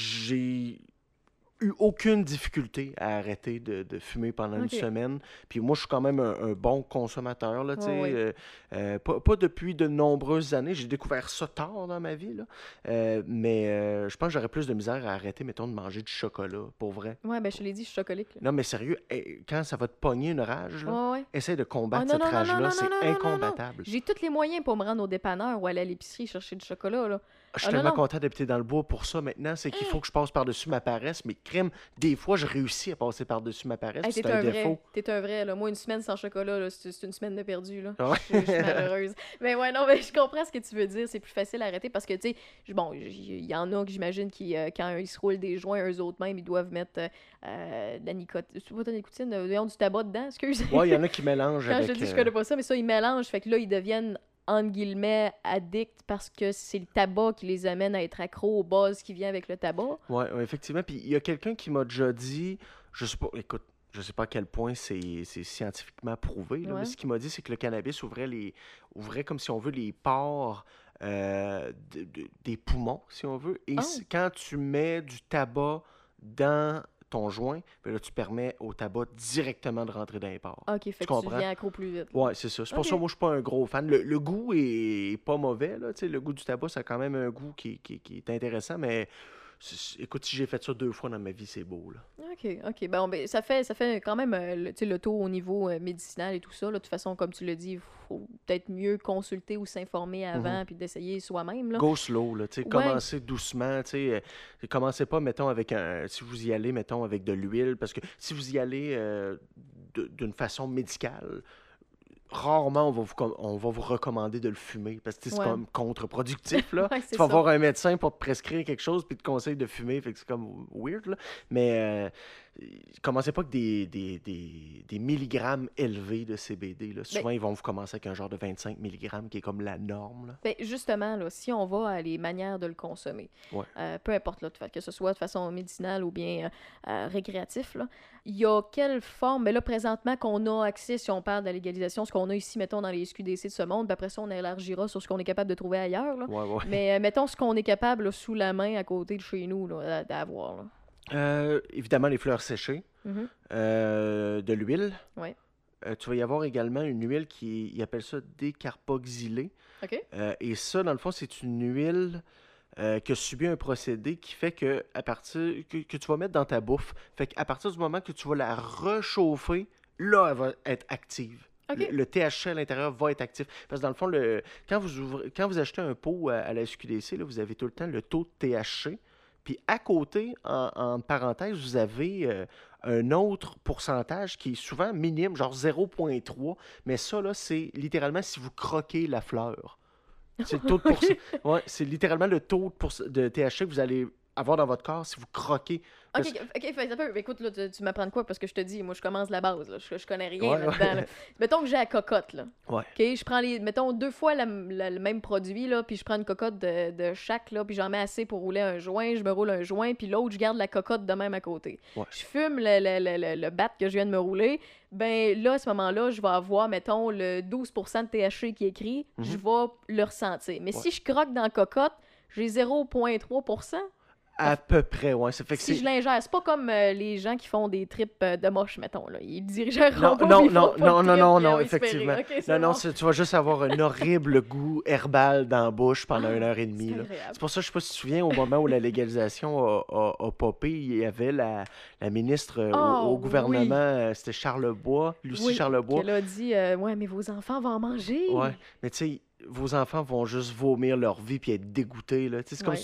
j'ai eu aucune difficulté à arrêter de, de fumer pendant Ok. une semaine. Puis moi, je suis quand même un, un bon consommateur, là, tu sais. Ouais, ouais. euh, euh, pas, pas depuis de nombreuses années. J'ai découvert ça tard dans ma vie, là. Euh, mais euh, je pense que j'aurais plus de misère à arrêter, mettons, de manger du chocolat, pour vrai. Ouais, ben je te l'ai dit, je suis chocolique. là. Non, mais sérieux, eh, quand ça va te pogner une rage, là, Ouais, ouais. essaye de combattre Ah, non, cette non, non, non, rage-là, non, c'est non, non, non, non. incombattable. J'ai tous les moyens pour me rendre au dépanneur ou aller à l'épicerie chercher du chocolat. Là. Je suis Ah, non, tellement non. content d'habiter dans le bois pour ça maintenant, c'est qu'il faut que je passe par-dessus ma paresse, mais crème, des fois, je réussis à passer par-dessus ma paresse, Hey, puis t'es c'est un un vrai. défaut. T'es un vrai. Là. Moi, une semaine sans chocolat, là, c'est c'est une semaine de perdu. Là. Ouais. Je, je suis malheureuse. Mais ouais, non, mais je comprends ce que tu veux dire. C'est plus facile à arrêter parce que, tu sais, j- bon, il y en a que j'imagine qui, euh, quand ils se roulent des joints, eux autres même, ils doivent mettre euh, euh, de la nicotine. C'est pas de la nicotine, euh, voyons, du tabac dedans, excuse. Ouais, il y en a qui mélangent Quand avec... je dis je euh, connais pas ça, mais ça, ils mélangent. Fait que là, ils deviennent, entre guillemets, addicts parce que c'est le tabac qui les amène à être accros au buzz qui vient avec le tabac. Ouais, ouais, effectivement. Puis il y a quelqu'un qui m'a déjà dit, je sais pas, écoute, je sais pas à quel point c'est c'est scientifiquement prouvé, là, Ouais. mais ce qu'il m'a dit, c'est que le cannabis ouvrait les, ouvrait comme si on veut les pores euh, de- de- des poumons, si on veut. Et Oh. c- quand tu mets du tabac dans ton joint, ben là, tu permets au tabac directement de rentrer dans les pores. Ok, fait que tu comprends? deviens accro plus vite. là. Ouais, c'est ça. C'est pour Ok. ça que moi, je suis pas un gros fan. Le, le goût est, est pas mauvais, là. Tu sais, le goût du tabac, ça a quand même un goût qui, qui- qui est intéressant, mais c'est- c'est- écoute, si j'ai fait ça deux fois dans ma vie, c'est beau, là. Ok, ok. Bon, ben, ça fait, ça fait quand même euh, le, tu sais, le tour au niveau euh, médicinal et tout ça. Là. De toute façon, comme tu l'as dit, il faut peut-être mieux consulter ou s'informer avant puis d'essayer soi-même. Là. Go slow, là. Tu sais, Ouais. commencez doucement, tu sais. euh, Commencez pas, mettons, avec un... Si vous y allez, mettons, avec de l'huile, parce que si vous y allez euh, de- d'une façon médicale, rarement on va, vous, com- on va vous recommander de le fumer parce que tu sais, c'est Ouais. comme contre-productif. Là. Ouais, tu c'est vas ça. voir un médecin pour te prescrire quelque chose puis te conseille de fumer, fait que c'est comme weird. Là. Mais euh, commencez pas avec des, des, des, des milligrammes élevés de C B D. Là. Souvent, ils vont vous commencer avec un genre de vingt-cinq milligrammes qui est comme la norme. Là. Ben, justement, là, si on va à les manières de le consommer, Ouais. euh, peu importe, là, de fa- que ce soit de façon médicinale ou bien euh, euh, récréatif, là, il y a quelle forme, mais là, présentement, qu'on a accès, si on parle de la légalisation, ce qu'on a ici, mettons, dans les S Q D C de ce monde, puis après ça, on élargira sur ce qu'on est capable de trouver ailleurs, là. Ouais, ouais. Mais euh, mettons ce qu'on est capable, là, sous la main, à côté de chez nous, là, d'avoir, là. Euh, évidemment, les fleurs séchées, Mhm. euh, de l'huile. Ouais. Euh, tu vas y avoir également une huile qui, ils appellent ça décarboxylée. OK? Euh, et ça, dans le fond, c'est une huile euh, qui a subi un procédé qui fait que à partir que, que tu vas mettre dans ta bouffe, fait qu'à partir du moment que tu vas la réchauffer, là, elle va être active. OK. Le, le T H C à l'intérieur va être actif. Parce que dans le fond, le, quand, vous ouvrez, quand vous achetez un pot à, à la S Q D C, là, vous avez tout le temps le taux de T H C. Puis à côté, en, en parenthèse, vous avez euh, un autre pourcentage qui est souvent minime, genre zéro virgule trois. Mais ça, là, c'est littéralement si vous croquez la fleur. C'est le taux de pourcent... ouais, c'est littéralement le taux de, pourc- de T H C que vous allez avoir dans votre corps si vous croquez. OK, Parce- OK, ok, fait un peu. Écoute, là, tu, tu m'apprends de quoi? Parce que je te dis, moi, je commence la base, là. Je, je connais rien Ouais, là-dedans, ouais. là. Mettons que j'ai la cocotte, là. Ouais. OK, je prends les, mettons, deux fois la- la- le même produit, là, puis je prends une cocotte de, de chaque, là, puis j'en mets assez pour rouler un joint, je me roule un joint, puis l'autre, je garde la cocotte de même à côté. Ouais. Je fume le, le, le, le, le bat que je viens de me rouler, ben là, à ce moment-là, je vais avoir, mettons, le douze pour cent de T H C qui est écrit, Mhm. je vais le ressentir. Mais Ouais. si je croque dans la cocotte, j'ai zéro virgule trois pour cent. À peu près, ouais. Ça fait que Si c'est... je l'ingère, c'est pas comme euh, les gens qui font des trips euh, de moche, mettons. Là. Ils dirigèront Non, pas, non, puis ils non, font pas non, de non, trip, non, puis non, on va espérer. effectivement. Ok, c'est Non, non, bon. c'est- tu vas juste avoir un horrible goût herbal dans la bouche pendant une heure et demie. C'est là. agréable. C'est pour ça, je sais pas si tu te souviens, au moment où la légalisation a, a, a popé, il y avait la, la ministre euh, au, Oh, au gouvernement, euh, c'était Charlebois, Lucie Oui, Charlebois. qu'elle a dit, euh, ouais, mais vos enfants vont en manger. Ouais, mais tu sais, vos enfants vont juste vomir leur vie puis être dégoûtés. Là. Tu sais, C'est comme Ouais. si tu-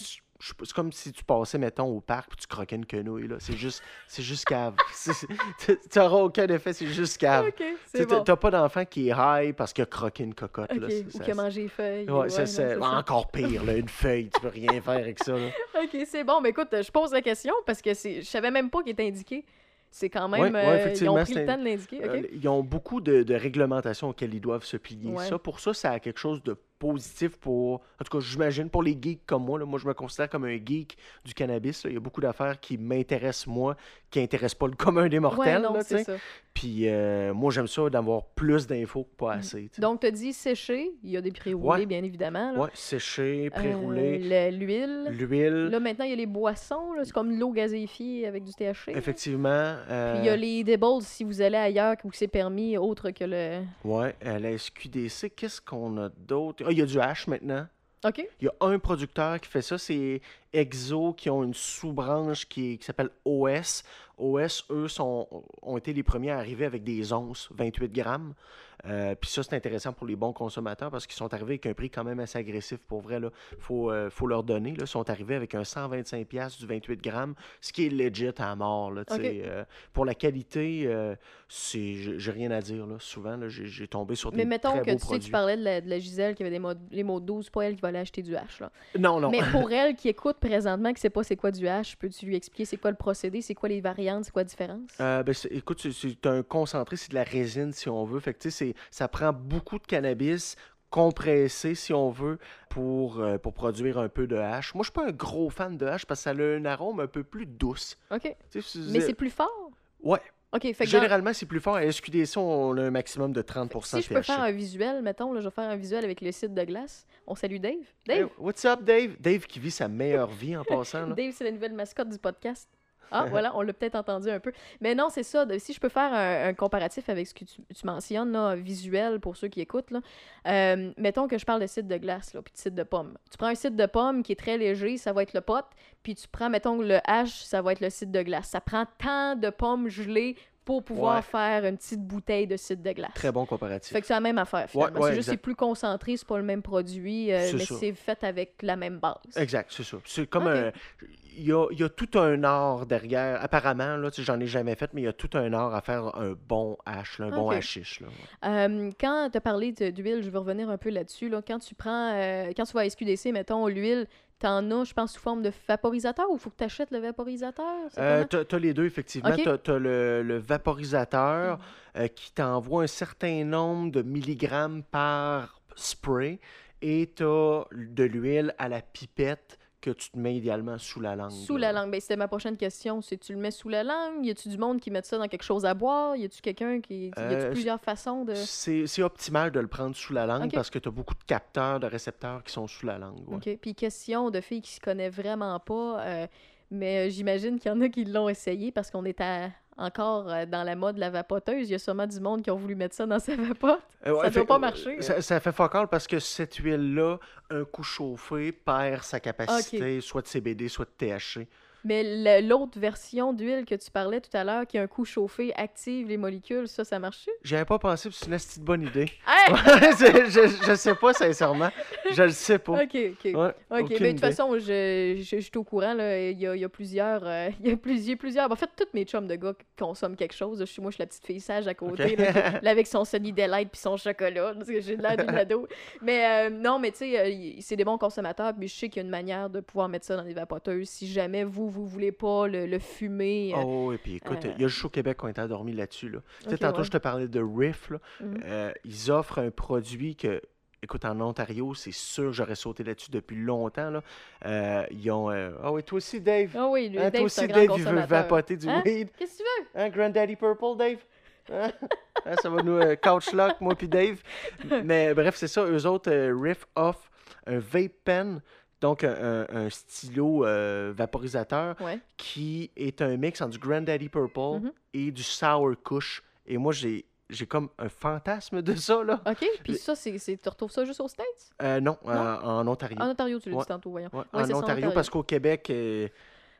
je sais pas, c'est comme si tu passais, mettons, au parc puis tu croquais une quenouille, là. C'est juste, c'est juste cave. C'est- c'est- Tu n'auras aucun effet, c'est juste cave. OK, Tu c'est sais, t'as bon. t'as pas d'enfant qui est high parce qu'il a croqué une cocotte, OK, là. C'est- ou ça- qui a mangé les feuilles. Ouais, Ouais, ça, non, c'est c'est ça. encore pire, là, une feuille, tu peux rien faire avec ça, là. OK, c'est bon. Mais écoute, je pose la question parce que c'est, je savais même pas qu'il était indiqué. C'est quand même... Ouais, ouais, euh, ils ont effectivement, pris le c'est- temps de l'indiquer. OK. Euh, ils ont beaucoup de, de réglementations auxquelles ils doivent se plier. Ouais. Ça, pour ça, ça a quelque chose de positif pour, en tout cas, j'imagine, pour les geeks comme moi. Là, moi, je me considère comme un geek du cannabis. Là. Il y a beaucoup d'affaires qui m'intéressent, moi, qui n'intéressent pas le commun des Ouais, mortels. non, là, c'est tu sais. ça. Puis euh, moi, j'aime ça d'avoir plus d'infos que pas assez. tu sais. Donc, tu as dit sécher. Il y a des pré-roulés, Ouais. bien évidemment. Là. Ouais, séché, Euh, pré-roulé, le- L'huile. l'huile, Là, maintenant, il y a les boissons. là, C'est comme l'eau gazéifiée avec du T H C. là. effectivement. Puis il y a euh, les edibles si vous allez ailleurs où c'est permis, autre que le... Ouais, à la S Q D C, qu'est-ce qu'on a d'autre? Ah, il y a du hash maintenant. OK. Il y a un producteur qui fait ça, c'est Exo, qui ont une sous-branche qui, est- qui s'appelle O S. O S, eux, sont, ont été les premiers à arriver avec des onces, vingt-huit grammes. Euh, Puis ça, c'est intéressant pour les bons consommateurs parce qu'ils sont arrivés avec un prix quand même assez agressif. Pour vrai, il faut, euh, faut leur donner. Là. Ils sont arrivés avec un cent vingt-cinq dollars du vingt-huit grammes, ce qui est legit à mort. Là, tu sais. Ok. Euh, pour la qualité, euh, c'est, j'ai j'ai rien à dire. Là. Souvent, là, j'ai, j'ai tombé sur Mais des mettons très que beaux tu sais, produits. tu parlais de la, de la Gisèle qui avait des mots, les mots douze, pas elle qui va aller acheter du hash. Là. Non, non. Mais pour elle qui écoute présentement, qui sait pas c'est quoi du hash, peux-tu lui expliquer c'est quoi le procédé, c'est quoi les variantes, c'est quoi la différence? Euh, ben, c'est- écoute, c'est- c'est un concentré, c'est de la résine si on veut. Fait que, tu sais, c'est- ça prend beaucoup de cannabis compressé si on veut pour, euh, pour produire un peu de hash. Moi, je suis pas un gros fan de hash parce que ça a un arôme un peu plus douce. OK. Tu sais, Mais c'est plus fort? Ouais. OK, fait que dans- Généralement, c'est plus fort. À S Q D C, on a un maximum de trente pour cent si de je peux T H C. faire un visuel, mettons, là, je vais faire un visuel avec le site de glace. On salue Dave. Dave, Hey, what's up, Dave? Dave qui vit sa meilleure vie en passant. Là. Dave, c'est la nouvelle mascotte du podcast. Ah, voilà, on l'a peut-être entendu un peu. Mais non, c'est ça. de- Si je peux faire un, un comparatif avec ce que tu, tu mentionnes, là, visuel pour ceux qui écoutent, là, euh, mettons que je parle de cidre de glace, là, puis de cidre de pomme. Tu prends un cidre de pomme qui est très léger, ça va être le pot, puis tu prends, mettons, le hache, ça va être le cidre de glace. Ça prend tant de pommes gelées pour pouvoir Ouais. faire une petite bouteille de cidre de glace. Très bon comparatif. Fait que c'est la même affaire, finalement. Ouais, ouais, c'est juste que exact. c'est plus concentré, c'est pas le même produit, euh, C'est mais ça. c'est fait avec la même base. Exact, c'est ça. C'est comme Ok. un. Il y a, il y a tout un art derrière. Apparemment, là, tu sais, j'en ai jamais fait, mais il y a tout un art à faire un bon hash, là, un bon Ok. hashish. Là. Euh, quand tu as parlé de- d'huile, je vais revenir un peu là-dessus. Là. Quand tu prends, euh, quand tu vas à S Q D C, mettons, l'huile, t'en as, je pense, sous forme de vaporisateur ou il faut que tu achètes le vaporisateur? C'est Euh, comment? t'as, t'as les deux, effectivement. Ok. T'as, t'as le, le vaporisateur euh, qui t'envoie un certain nombre de milligrammes par spray et t'as de l'huile à la pipette que tu te mets idéalement sous la langue. Sous là. la langue. Ben, c'était ma prochaine question. C'est tu le mets sous la langue? Y a-tu du monde qui met ça dans quelque chose à boire? Y a-tu quelqu'un qui. Y a-tu Euh, plusieurs façons de. C'est, c'est optimal de le prendre sous la langue Ok. parce que tu as beaucoup de capteurs, de récepteurs qui sont sous la langue. ouais. OK. Puis question de filles qui se connaissent vraiment pas, euh, mais euh, j'imagine qu'il y en a qui l'ont essayé parce qu'on est à- encore euh, dans la mode de la vapoteuse. Il y a sûrement du monde qui ont voulu mettre ça dans sa vapote. Euh, ouais, Ça doit fait- pas marcher, Ça, ça fait fuck all parce que cette huile-là, un coup chauffé, perd sa capacité soit de C B D, soit de T H C. Mais le- l'autre version d'huile que tu parlais tout à l'heure, qui a un coup chauffé, active les molécules, ça, ça marche? J'avais pas pensé, puis c'est une asti de bonne idée. Hey! C'est- je, je sais pas, sincèrement. Je le sais pas. OK, OK. Ouais, OK, aucune mais de toute idée. façon, je, je, je suis au courant, là. Il y a, il y a plusieurs... euh, il y a plusieurs... plusieurs... En fait, tous mes chums de gars qui consomment quelque chose. Je suis, moi, je suis la petite fille sage à côté, Ok. là, là, avec son Sunny Delight puis son chocolat, parce que j'ai de l'air d'une ado. Mais euh, non, mais tu sais, euh, y- c'est des bons consommateurs, puis je sais qu'il y a une manière de pouvoir mettre ça dans des vapoteuses. Si jamais vous, vous voulez pas le, le fumer... euh, Oh, et puis écoute, il euh, y a juste au Québec qui ont été endormis là-dessus. Là. Tu sais, Ok, tantôt, ouais. je te parlais de Riff. Là. Mhm. Euh, ils offrent un produit que, écoute, en Ontario, c'est sûr que j'aurais sauté là-dessus depuis longtemps. Là. Euh, ils ont. euh, Ah oui, toi aussi, Dave. Ah oui, lui, Hein, Dave, toi c'est un aussi, grand Dave, il veut consommateur. vapoter du Hein? weed. Qu'est-ce que tu veux? Hein, Granddaddy Purple, Dave? Hein? Hein, ça va nous euh, couch lock, moi puis Dave. Mais bref, c'est ça. Eux autres, euh, Riff off un vape pen, donc un, un- un stylo euh, vaporisateur Ouais. qui est un mix entre du Granddaddy Purple Mhm. et du Sour Kush. Et moi, j'ai j'ai comme un fantasme de ça, là. OK, puis ça, c'est, c'est- tu retrouves ça juste aux States? Euh, non, Non? euh, en Ontario. En Ontario, tu l'as Ouais. dit tantôt, voyons. Ouais, Ouais, en c'est ça, Ontario, parce qu'au Québec, euh,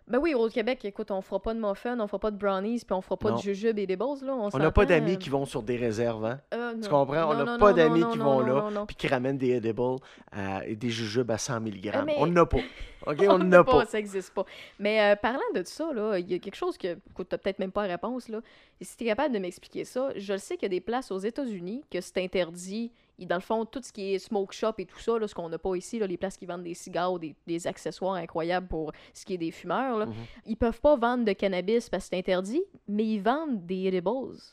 Ben oui, au Québec, écoute, on fera pas de muffins, on fera pas de brownies, puis on fera pas Non. de jujubes et des balls, là. On On n'a pas s'entend, d'amis euh, qui vont sur des réserves, hein? euh, Tu non. comprends? On Non, n'a non, pas non, d'amis non, qui non, vont non, là non, non. puis qui ramènent des edibles euh, et des jujubes à cent Euh, milligrammes. mais On n'en a pas. OK? On on n'en n'a a pas, pas. ça existe pas. Mais euh, parlant de ça, là, il y a quelque chose que, écoute, t'as peut-être même pas la réponse, là. Et si t'es capable de m'expliquer ça, je le sais qu'il y a des places aux États-Unis que c'est interdit. Et dans le fond, tout ce qui est smoke shop et tout ça, là, ce qu'on n'a pas ici, là, les places qui vendent des cigares, des, des accessoires incroyables pour ce qui est des fumeurs, là, Mhm. ils peuvent pas vendre de cannabis parce que c'est interdit, mais ils vendent des edibles.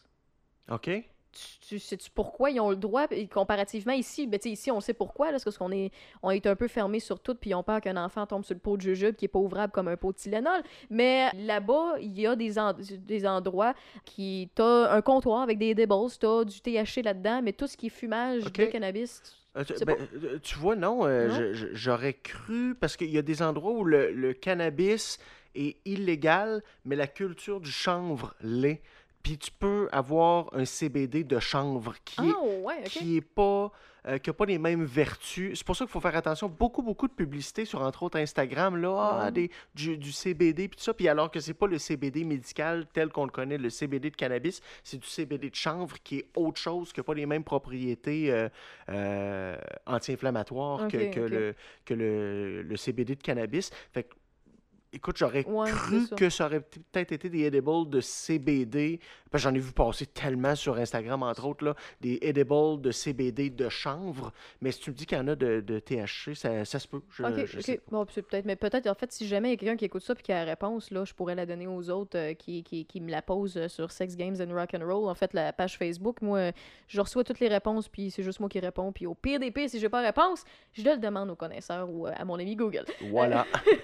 OK? Tu, tu sais-tu pourquoi ils ont le droit? Et comparativement ici, ben, tu sais, ici, on sait pourquoi, là, c'est parce qu'on est, on est un peu fermé sur tout, puis ils ont peur qu'un enfant tombe sur le pot de jujube qui est pas ouvrable comme un pot de Tylenol. Mais là-bas, il y a des, en- des endroits qui... T'as un comptoir avec des edibles, t'as du T H C là-dedans, mais tout ce qui est fumage OK. de cannabis, Euh, tu, c'est ben, pas... euh, tu vois, non, euh, Non? je- je- j'aurais cru, parce qu'il y a des endroits où le, le cannabis est illégal, mais la culture du chanvre l'est. Puis tu peux avoir un C B D de chanvre qui est, Ah, ouais, ok. qui est pas, euh, qui a pas les mêmes vertus. C'est pour ça qu'il faut faire attention. Beaucoup, beaucoup de publicité sur, entre autres, Instagram, là, ah, Mhm. des, du, du C B D, puis tout ça. Puis alors que c'est pas le C B D médical tel qu'on le connaît, le C B D de cannabis, c'est du C B D de chanvre qui est autre chose, qui n'a pas les mêmes propriétés euh, euh, anti-inflammatoires que, Ok, que, ok. le, que le, le C B D de cannabis. Fait que, écoute, j'aurais Ouais, cru c'est ça. que ça aurait p- peut-être été des edibles de C B D. Parce que j'en ai vu passer tellement sur Instagram, entre autres, là, des edibles de C B D de chanvre. Mais si tu me dis qu'il y en a de, de T H C, ça, ça se peut. Je, Ok, je sais ok. Bon, c'est peut-être, mais peut-être, en fait, si jamais il y a quelqu'un qui écoute ça puis qui a la réponse, là, je pourrais la donner aux autres euh, qui, qui, qui me la posent euh, sur Sex Games and Rock and Roll. En fait, la page Facebook, moi, euh, je reçois toutes les réponses puis c'est juste moi qui réponds. Puis au pire des pires, si j'ai pas réponse, je le demande aux connaisseurs ou euh, à mon ami Google. Voilà.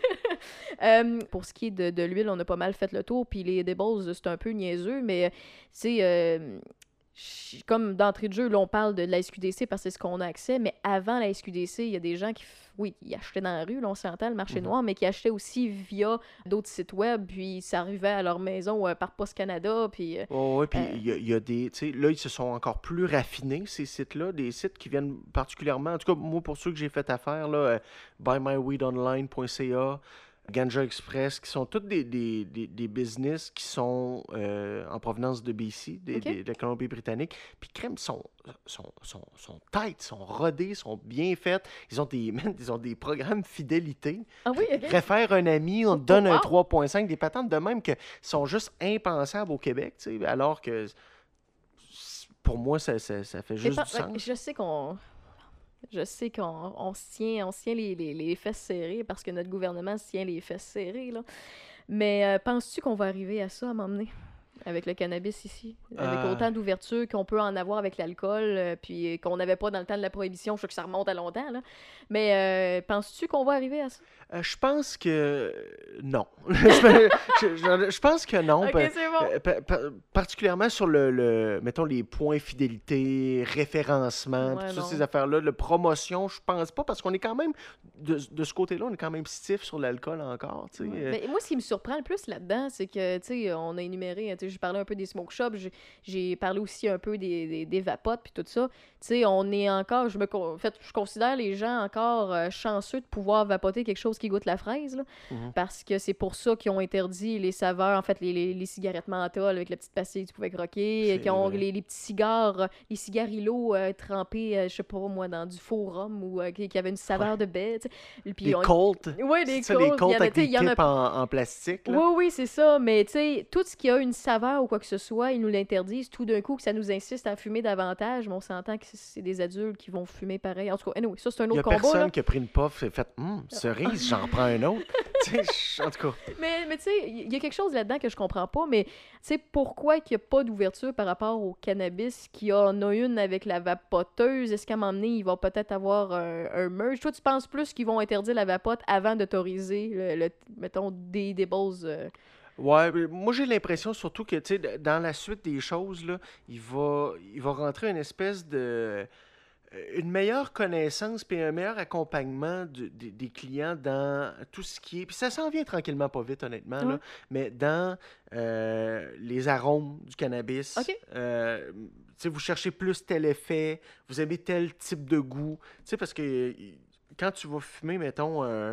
Euh, pour ce qui est de, de l'huile, on a pas mal fait le tour. Puis les edibles, c'est un peu niaiseux, mais tu sais, euh, ch- comme d'entrée de jeu, là, on parle de la S Q D C parce que c'est ce qu'on a accès, mais avant la S Q D C, il y a des gens qui, f- oui, qui achetaient dans la rue, là, on s'entend, le marché Mhm. noir, mais qui achetaient aussi via d'autres sites web, puis ça arrivait à leur maison euh, par Post Canada, puis... euh, Oh, ouais, puis Euh. il y, a- il y a des. Tu sais, là, ils se sont encore plus raffinés, ces sites-là. Des sites qui viennent particulièrement. En tout cas, moi, pour ceux que j'ai fait affaire, là, euh, buy my weed online point c a, Ganja Express, qui sont tous des, des, des, des business qui sont euh, en provenance de B C, des, Ok. des- de la Colombie-Britannique. Puis crème, sont, sont, sont, sont tight, sont rodés, sont bien faites. Ils ont des, man, ils ont des programmes fidélité. Ah oui, ok. Réfère un ami, on te donne Oh, un wow. trois virgule cinq, des patentes de même que sont juste impensables au Québec, tu sais, alors que c- pour moi, ça, ça, ça fait C'est juste pas- du sens. Je sais qu'on... Je sais qu'on on se tient, on se tient les, les, les fesses serrées parce que notre gouvernement se tient les fesses serrées, là. Mais euh, penses-tu qu'on va arriver à ça à m'emmener avec le cannabis ici? Avec Euh. autant d'ouverture qu'on peut en avoir avec l'alcool, euh, puis qu'on n'avait pas dans le temps de la prohibition. Je sais que ça remonte à longtemps, là. Mais euh, penses-tu qu'on va arriver à ça? Euh, je pense que non. je, je- je- je pense que non. Ok, pa- c'est bon. euh, pa- pa- particulièrement sur le, le- mettons, les points fidélité, référencement, Ouais, toutes non. ces affaires-là, le promotion, je pense pas, parce qu'on est quand même, de, de ce côté-là, on est quand même stiff sur l'alcool encore, tu sais. Ouais. euh, Mais moi, ce qui me surprend le plus là-dedans, c'est que, tu sais, on a énuméré, tu sais, j'ai parlé un peu des smoke shops, j'ai- j'ai parlé aussi un peu des, des, des vapotes, puis tout ça. Tu sais, on est encore, je me, con- en fait, je considère les gens encore euh, chanceux de pouvoir vapoter quelque chose qui goûte la fraise, là, Mhm. parce que c'est pour ça qu'ils ont interdit les saveurs, en fait, les, les, les cigarettes menthol avec la petite pastille que tu pouvais croquer, C'est qui ont vrai. les, les petits cigares, euh, les cigarillos euh, trempés, euh, je sais pas moi, dans du faux rhum ou euh, qui, qui avaient une saveur de baie, tu sais. Puis Des on- Colt. Ouais, des C'est ça, les Colts, il y Colt en a- avec tu sais, des il y en a tips en, en plastique, là. oui, oui, c'est ça. Mais tu sais, tout ce qui a une saveur ou quoi que ce soit, ils nous l'interdisent. Tout d'un coup, que ça nous insiste à fumer davantage, mais on s'entend que c'est des adultes qui vont fumer pareil. En tout cas, anyway, ça, c'est un Il y autre a combat. personne Là. qui a pris une puff et fait Hum, cerise, j'en prends un autre. Tu sais, je- en tout cas. Mais, mais tu sais, il y a quelque chose là-dedans que je comprends pas. Mais tu sais, pourquoi qu'il n'y a pas d'ouverture par rapport au cannabis, qu'il y en a une avec la vapoteuse? Est-ce qu'à un moment donné, il va peut-être avoir un, un merge? Toi, tu penses plus qu'ils vont interdire la vapote avant d'autoriser, le, le- mettons, des, des balls... euh, Ouais, mais moi j'ai l'impression surtout que, tu sais, d- dans la suite des choses, là, il va, il va rentrer une espèce de... euh, une meilleure connaissance puis un meilleur accompagnement du- des, des clients dans tout ce qui est... Puis ça s'en vient tranquillement, pas vite, honnêtement, là, Ouais. mais dans euh, les arômes du cannabis. Ok. euh, tu sais, vous cherchez plus tel effet, vous aimez tel type de goût. Tu sais, parce que euh, quand tu vas fumer, mettons, un,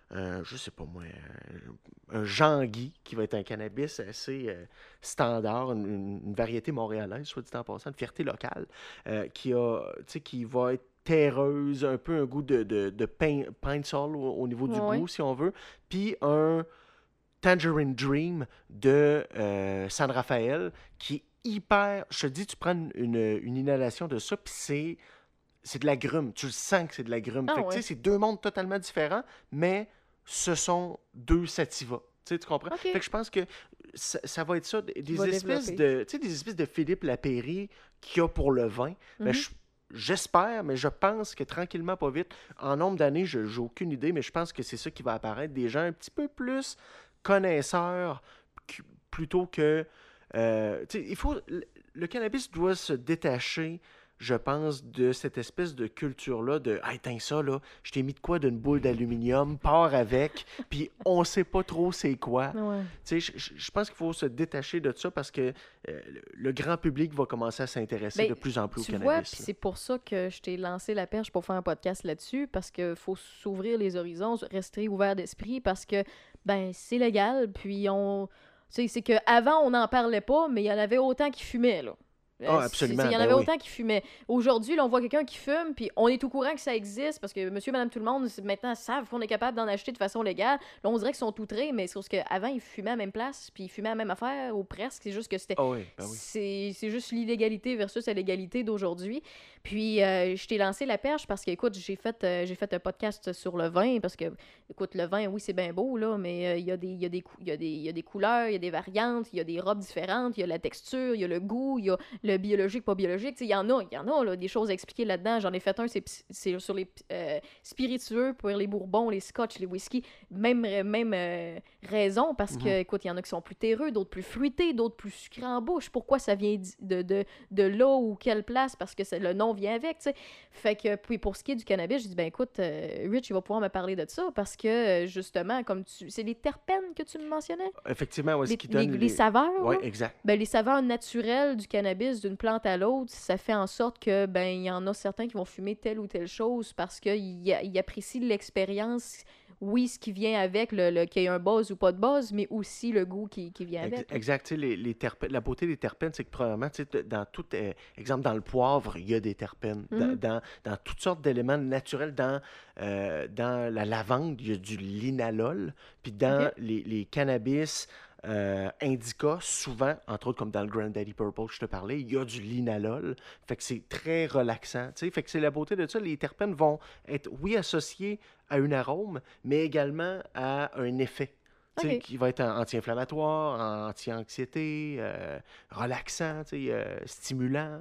euh, je sais pas moi, euh, un Jean-Guy, qui va être un cannabis assez euh, standard, une, une- une variété montréalaise, soit dit en passant, une fierté locale, euh, qui a, tu sais, qui va être terreuse, un peu un goût de, de, de pain, pine sol au, au niveau du Ouais. goût, si on veut, puis un Tangerine Dream de euh, San Rafael, qui est hyper, je te dis, tu prends une, une, une inhalation de ça, puis c'est c'est de la grume. Tu le sens que c'est de la grume. Ah Fait que, tu sais, ouais. c'est deux mondes totalement différents, mais ce sont deux sativas. Tu sais, tu comprends? OK. Fait que je pense que ça, ça va être ça, des, Qui va des espèces développer. de, tu sais, des espèces de Philippe Lapéry qu'il y a pour le vin. Ben, Mhm. je- j'espère, mais je pense que tranquillement, pas vite, en nombre d'années, je j'ai aucune idée, mais je pense que c'est ça qui va apparaître. Des gens un petit peu plus connaisseurs que- plutôt que... euh, tu sais, il faut... Le, le cannabis doit se détacher, je pense, de cette espèce de culture-là de « Hey, tiens ça, là, je t'ai mis de quoi d'une boule d'aluminium, pars avec, puis on sait pas trop c'est quoi. » Ouais. Tu sais, je, je- je pense qu'il faut se détacher de ça parce que euh, le, le grand public va commencer à s'intéresser Ben, de plus en plus au tu vois, cannabis. puis là. c'est pour ça que je t'ai lancé la perche pour faire un podcast là-dessus, parce que faut s'ouvrir les horizons, rester ouvert d'esprit, parce que, ben, c'est légal, puis on... Tu sais, c'est qu'avant, on n'en parlait pas, mais il y en avait autant qui fumaient, là. Euh, Ah, c'est- absolument, c'est- Il y en ben avait oui. autant qui fumaient. Aujourd'hui, là, on voit quelqu'un qui fume, puis on est au courant que ça existe, parce que monsieur, madame, tout le monde, c'est- maintenant, savent qu'on est capable d'en acheter de façon légale. Là, on dirait qu'ils sont outrés, mais c'est parce qu'avant, ils fumaient à la même place, puis ils fumaient à la même affaire, ou presque. C'est juste que c'était... Ah oui, ben oui. C'est c'est juste l'illégalité versus la légalité d'aujourd'hui. Puis, euh, je t'ai lancé la perche parce que, écoute, j'ai fait, euh, j'ai fait un podcast sur le vin parce que, écoute, le vin, oui, c'est bien beau, là, mais euh, il y a des, il y a des, cou- il y a des, il y a des couleurs, il y a des variantes, il y a des robes différentes, il y a la texture, il y a le goût, il y a le biologique, pas biologique. Tu sais, il y en a, il y en a, là, des choses à expliquer là-dedans. J'en ai fait un, c'est ps- c'est sur les euh, spiritueux, pour les bourbons, les scotch, les whisky. Même, même euh, raison, parce que, Mhm. écoute, il y en a qui sont plus terreux, d'autres plus fruités, d'autres plus sucrés en bouche. Pourquoi ça vient di- de, de, de là ou quelle place? Parce que c'est- le nom vient avec, tu sais. Fait que, puis pour ce qui est du cannabis, je dis, ben écoute, euh, Rich, il va pouvoir me parler de ça parce que, euh, justement, comme tu... C'est les terpènes que tu me mentionnais? Effectivement, ouais, ce Les, qui les, donne les saveurs, Oui, là? exact. Ben, les saveurs naturelles du cannabis d'une plante à l'autre, ça fait en sorte que ben il y en a certains qui vont fumer telle ou telle chose parce qu'ils ils apprécient l'expérience, oui, ce qui vient avec, le, le- qu'il y ait un buzz ou pas de buzz, mais aussi le goût qui, qui vient Ex- avec. là. Exact. Tu sais, Les, les terpènes- la beauté des terpènes, c'est que premièrement, tu sais, t- dans tout, euh, exemple, dans le poivre, il y a des terpènes. Dans, Mhm. dans, dans toutes sortes d'éléments naturels, dans, euh, dans la lavande, il y a du linalol. Puis dans Ok. les, les cannabis euh, indica, souvent, entre autres comme dans le Granddaddy Purple que je te parlais, il y a du linalol. Fait que c'est très relaxant. Tu sais. Fait que c'est la beauté de ça. Les terpènes vont être, oui, associés à un arôme, mais également à un effet. Tu sais, Ok. qui va être an- anti-inflammatoire, anti-anxiété, euh, relaxant, tu sais, euh, stimulant.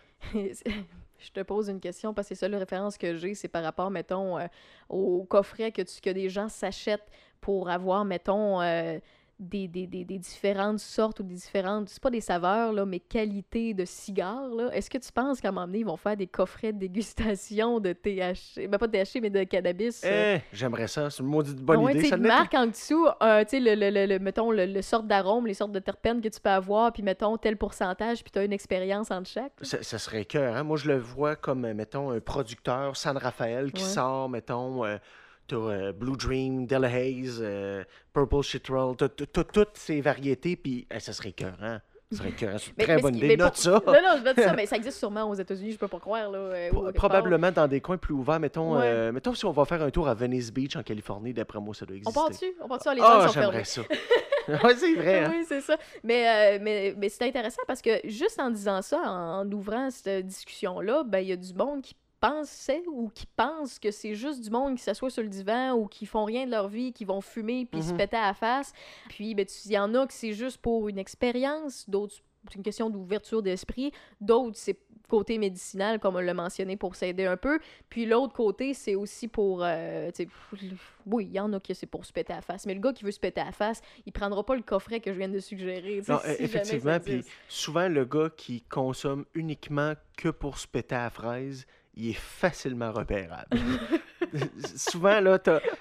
Je te pose une question parce que c'est ça la référence que j'ai, c'est par rapport, mettons, euh, au coffret que, tu, que des gens s'achètent pour avoir, mettons, euh, des, des, des, des différentes sortes ou des différentes, c'est pas des saveurs, là, mais qualités de cigares, là. Est-ce que tu penses qu'à un moment donné, ils vont faire des coffrets de dégustation de T H C, ben pas de T H C, mais de cannabis? euh, Eh, j'aimerais ça, c'est une maudite ah bonne ouais, idée. tu sais, Ça une l'est- marque en dessous, euh, tu sais, le, le, le, le- mettons, le, le sorte d'arôme, les sortes de terpènes que tu peux avoir, puis mettons, tel pourcentage, puis tu as une expérience entre chaque. là. Ça, ça serait cœur, hein? Moi, je le vois comme, euh, mettons, un producteur, San Rafael, qui Ouais. sort, mettons, euh, t'as, euh, Blue Dream, Della Haze, euh, Purple Chitrel, t'as- t'as- t'as toutes ces variétés, puis eh, ça serait cœur, hein? Ça serait cœur. C'est une Mais- très mais bonne ce qui- idée. mais Note pour- ça. Non, non, je note ça, mais ça existe sûrement aux États-Unis, je peux pas croire, là. euh, Pro- ou quelque Probablement dans des coins plus ouverts. Mettons, Ouais. euh, mettons si on va faire un tour à Venice Beach, en Californie, d'après moi, ça doit part. On exister. part-tu? On part-tu? Ah, les gens Ah, sont fermés. j'aimerais ça. Ouais, c'est vrai, hein? Oui, c'est ça. Mais, euh, mais, mais c'est intéressant parce que juste en disant ça, en, en ouvrant cette discussion-là, ben il y a du monde qui pensait ou qui pense que c'est juste du monde qui s'assoit sur le divan ou qui font rien de leur vie, qui vont fumer puis se Mhm. péter à la face. Puis ben, tu- il y en a que c'est juste pour une expérience, d'autres c'est une question d'ouverture d'esprit, d'autres c'est côté médicinal comme on l'a mentionné pour s'aider un peu, puis l'autre côté c'est aussi pour euh, tu sais, oui, il y en a qui c'est pour se péter à la face, mais le gars qui veut se péter à la face, il prendra pas le coffret que je viens de suggérer, tu sais, Non, si e- jamais effectivement, ça puis existe. souvent, le gars qui consomme uniquement que pour se péter à la fraise, il est facilement repérable. Souvent, là, t'as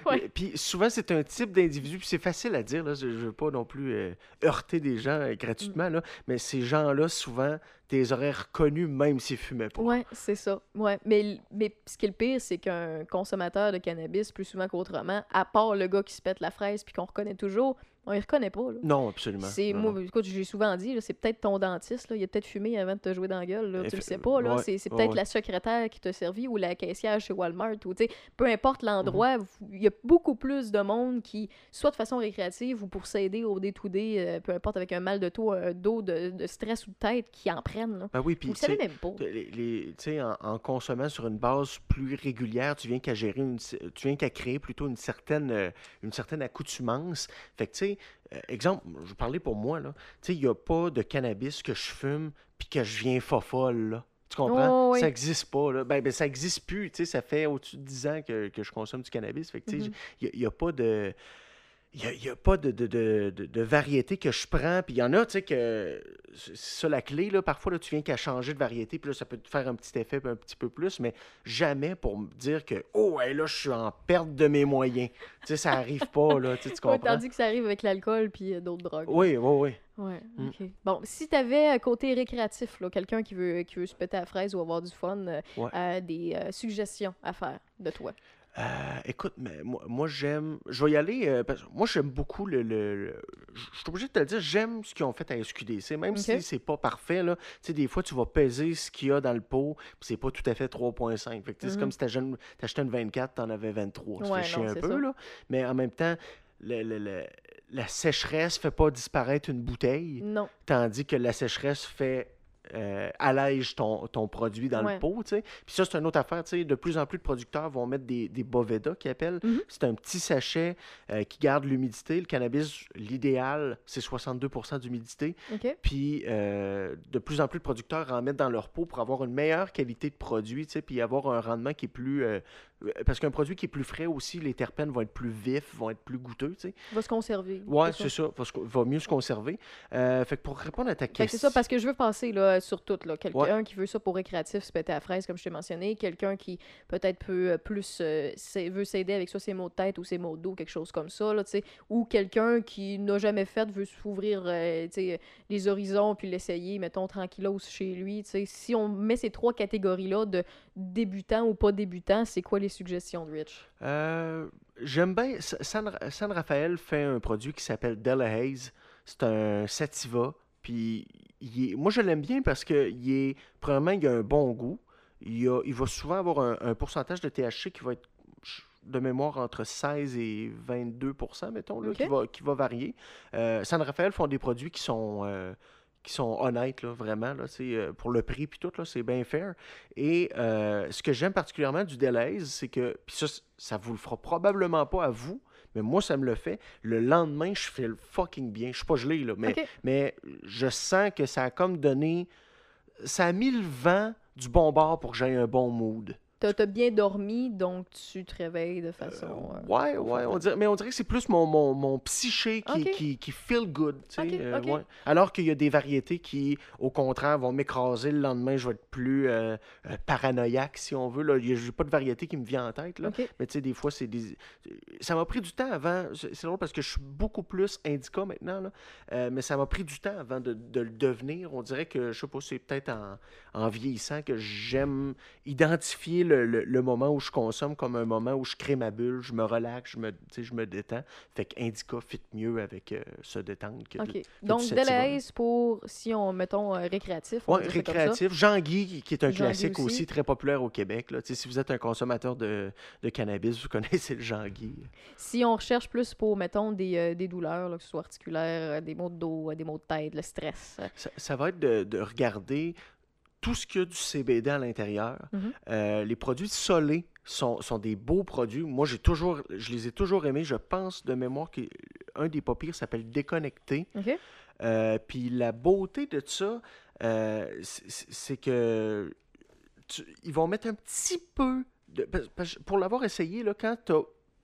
Ouais. Puis souvent, c'est un type d'individu, puis c'est facile à dire, là, je ne veux pas non plus euh, heurter des gens euh, Mm. gratuitement, là, mais ces gens-là, souvent, tu les aurais reconnus même s'ils fumaient pas. Ouais, c'est ça. Ouais. Mais, l- mais ce qui est le pire, c'est qu'un consommateur de cannabis, plus souvent qu'autrement, à part le gars qui se pète la fraise puis qu'on reconnaît toujours, on y reconnaît pas, là. Non, absolument. C'est, Non, moi, non. écoute, j'ai souvent dit, là, c'est peut-être ton dentiste, là, il a peut-être fumé avant de te jouer dans la gueule, là, tu le Eff- sais pas, là. ouais, C'est, c'est ouais, peut-être ouais. la secrétaire qui t'a servi ou la caissière chez Walmart, ou tu sais, peu importe Mhm. l'endroit, vous- il y a beaucoup plus de monde qui, soit de façon récréative ou pour s'aider au day-to-day, euh, peu importe, avec un mal de dos, un dos de, de stress ou de tête, qui en prennent, là. Ben oui, Vous puis le tu savez sais, même pas. t- les, les- tu sais, en, en consommant sur une base plus régulière, tu viens qu'à gérer une, c- tu viens qu'à créer plutôt une certaine, euh, une certaine accoutumance. Fait que, tu sais, euh, exemple, je vais parler pour moi, là. Tu sais, il n'y a pas de cannabis que je fume puis que je viens fofolle, là. Tu comprends? Oh, oui. Ça n'existe pas, là. Ben, ben ça n'existe plus, tu sais, ça fait au-dessus de dix ans que, que je consomme du cannabis. Fait que, tu sais, Mhm. il n'y a, pas de... Il n'y a, y a pas de, de, de, de, de variété que je prends. Puis il y en a, tu sais, que c'est ça la clé, là. Parfois, là, tu viens qu'à changer de variété, puis là, ça peut te faire un petit effet, puis un petit peu plus, mais jamais pour me dire que, oh, hey, là, je suis en perte de mes moyens. Tu sais, ça arrive pas, là, tu sais, tu Ouais, comprends? tandis que ça arrive avec l'alcool puis euh, d'autres drogues. Oui, oui, oui. Ouais, Mm. ok. Bon, si t'avais un côté récréatif, là, quelqu'un qui veut, qui veut se péter à la fraise ou avoir du fun, euh, Ouais. euh, des euh, suggestions à faire de toi. Euh, écoute, mais moi, moi j'aime. Je vais y aller. euh, parce que moi, j'aime beaucoup le. le- le- Je je suis obligé de te le dire, j'aime ce qu'ils ont fait à S Q D C, même Ok. si c'est pas parfait. Là. Tu sais, des fois, tu vas peser ce qu'il y a dans le pot, puis c'est pas tout à fait trois virgule cinq. Fait que, tu sais, c'est Mhm. comme si t'ach- t'achetais une vingt-quatre, t'en avais vingt-trois. Ça Ouais, fait chier non, un c'est peu, ça. là. Mais en même temps, le- le- le- la sécheresse fait pas disparaître une bouteille, Non. tandis que la sécheresse fait. euh, allège ton, ton produit dans Ouais. le pot, tu sais. Puis ça, c'est une autre affaire, tu sais. De plus en plus de producteurs vont mettre des, des Boveda, qu'ils appellent. Mhm. C'est un petit sachet euh, qui garde l'humidité. Le cannabis, l'idéal, c'est soixante-deux pour cent d'humidité. OK. Puis euh, de plus en plus de producteurs en mettent dans leur pot pour avoir une meilleure qualité de produit, tu sais, puis avoir un rendement qui est plus... euh, parce qu'un produit qui est plus frais aussi, les terpènes vont être plus vifs, vont être plus goûteux, tu sais. Va se conserver. Ouais, c'est ça. Va, se- va mieux se conserver. Euh, fait que pour répondre à ta Fait que question... c'est ça, parce que je veux passer là, sur tout. Là. Quelqu'un qui veut ça pour récréatif, se péter à la fraise, comme je t'ai mentionné. Quelqu'un qui peut-être peut euh, plus euh, s'ai- veut s'aider avec soit ses maux de tête ou ses maux de dos, quelque chose comme ça. Là, tu sais. Ou quelqu'un qui n'a jamais fait, veut s'ouvrir euh, tu sais, les horizons puis l'essayer, mettons, tranquillos chez lui. Tu sais. Si on met ces trois catégories-là de débutants ou pas débutants, c'est quoi les suggestions de Rich? Euh, j'aime bien. Sa- San, San Rafael fait un produit qui s'appelle Della Haze. C'est un sativa. Puis, il est- moi, je l'aime bien parce que il est, premièrement, il a un bon goût. Il, a- il va souvent avoir un, un pourcentage de T H C qui va être de mémoire entre seize et vingt-deux pour cent, mettons, là, Ok. qui, va, qui va varier. Euh, San Rafael font des produits qui sont, euh, qui sont honnêtes, là, vraiment. Là, tu sais, euh, pour le prix, puis tout, là, c'est bien fair. Et euh, ce que j'aime particulièrement du Delaise, c'est que, puis ça, c- ça vous le fera probablement pas à vous, mais moi, ça me le fait. Le lendemain, je fais le fucking bien. Je suis pas gelé, là, mais, Ok. mais je sens que ça a comme donné... Ça a mis le vent du bon bord pour que j'aie un bon mood. T'as t'as bien dormi, donc tu te réveilles de façon... euh, Ouais, ouais, on dirait, mais on dirait que c'est plus mon, mon, mon psyché qui, Ok. qui, qui feel good, tu sais, Ok, euh, ok. ouais. Alors qu'il y a des variétés qui, au contraire, vont m'écraser le lendemain, je vais être plus euh, euh, paranoïaque, si on veut, là. Il y a- J'ai pas de variété qui me vient en tête, là. OK. Mais tu sais, des fois, c'est des... Ça m'a pris du temps avant, c'est c'est drôle parce que je suis beaucoup plus indica maintenant, là. Euh, mais ça m'a pris du temps avant de, de le devenir. On dirait que, je sais pas, c'est peut-être en, en vieillissant que j'aime identifier le, le- le moment où je consomme comme un moment où je crée ma bulle, je me relaxe, je me, tu sais, je me détends. Fait que Indica fit mieux avec euh, se détendre que, OK. que Donc, du sativa, là. Delahaye pour, si on, mettons, euh, récréatif. on Ouais, va dire ça comme ça. récréatif. Jean-Guy, qui- qui est un Jean-Guy classique aussi. aussi. très populaire au Québec. Là. Tu sais, si vous êtes un consommateur de, de cannabis, vous connaissez le Jean-Guy. Si on recherche plus pour, mettons, des, euh, des douleurs, là, que ce soit articulaires, euh, des maux de dos, euh, des maux de tête, le stress. euh, Ça, ça va être de, de regarder tout ce qu'il y a du C B D à l'intérieur. Mhm. Euh, les produits solés sont, sont des beaux produits. Moi, j'ai toujours, je les ai toujours aimés. Je pense de mémoire qu'un des pas pires s'appelle Déconnecté. OK? Euh, Puis la beauté de ça, euh, c'est c'est que tu- ils vont mettre un petit peu de, parce- parce que pour l'avoir essayé, là, quand tu as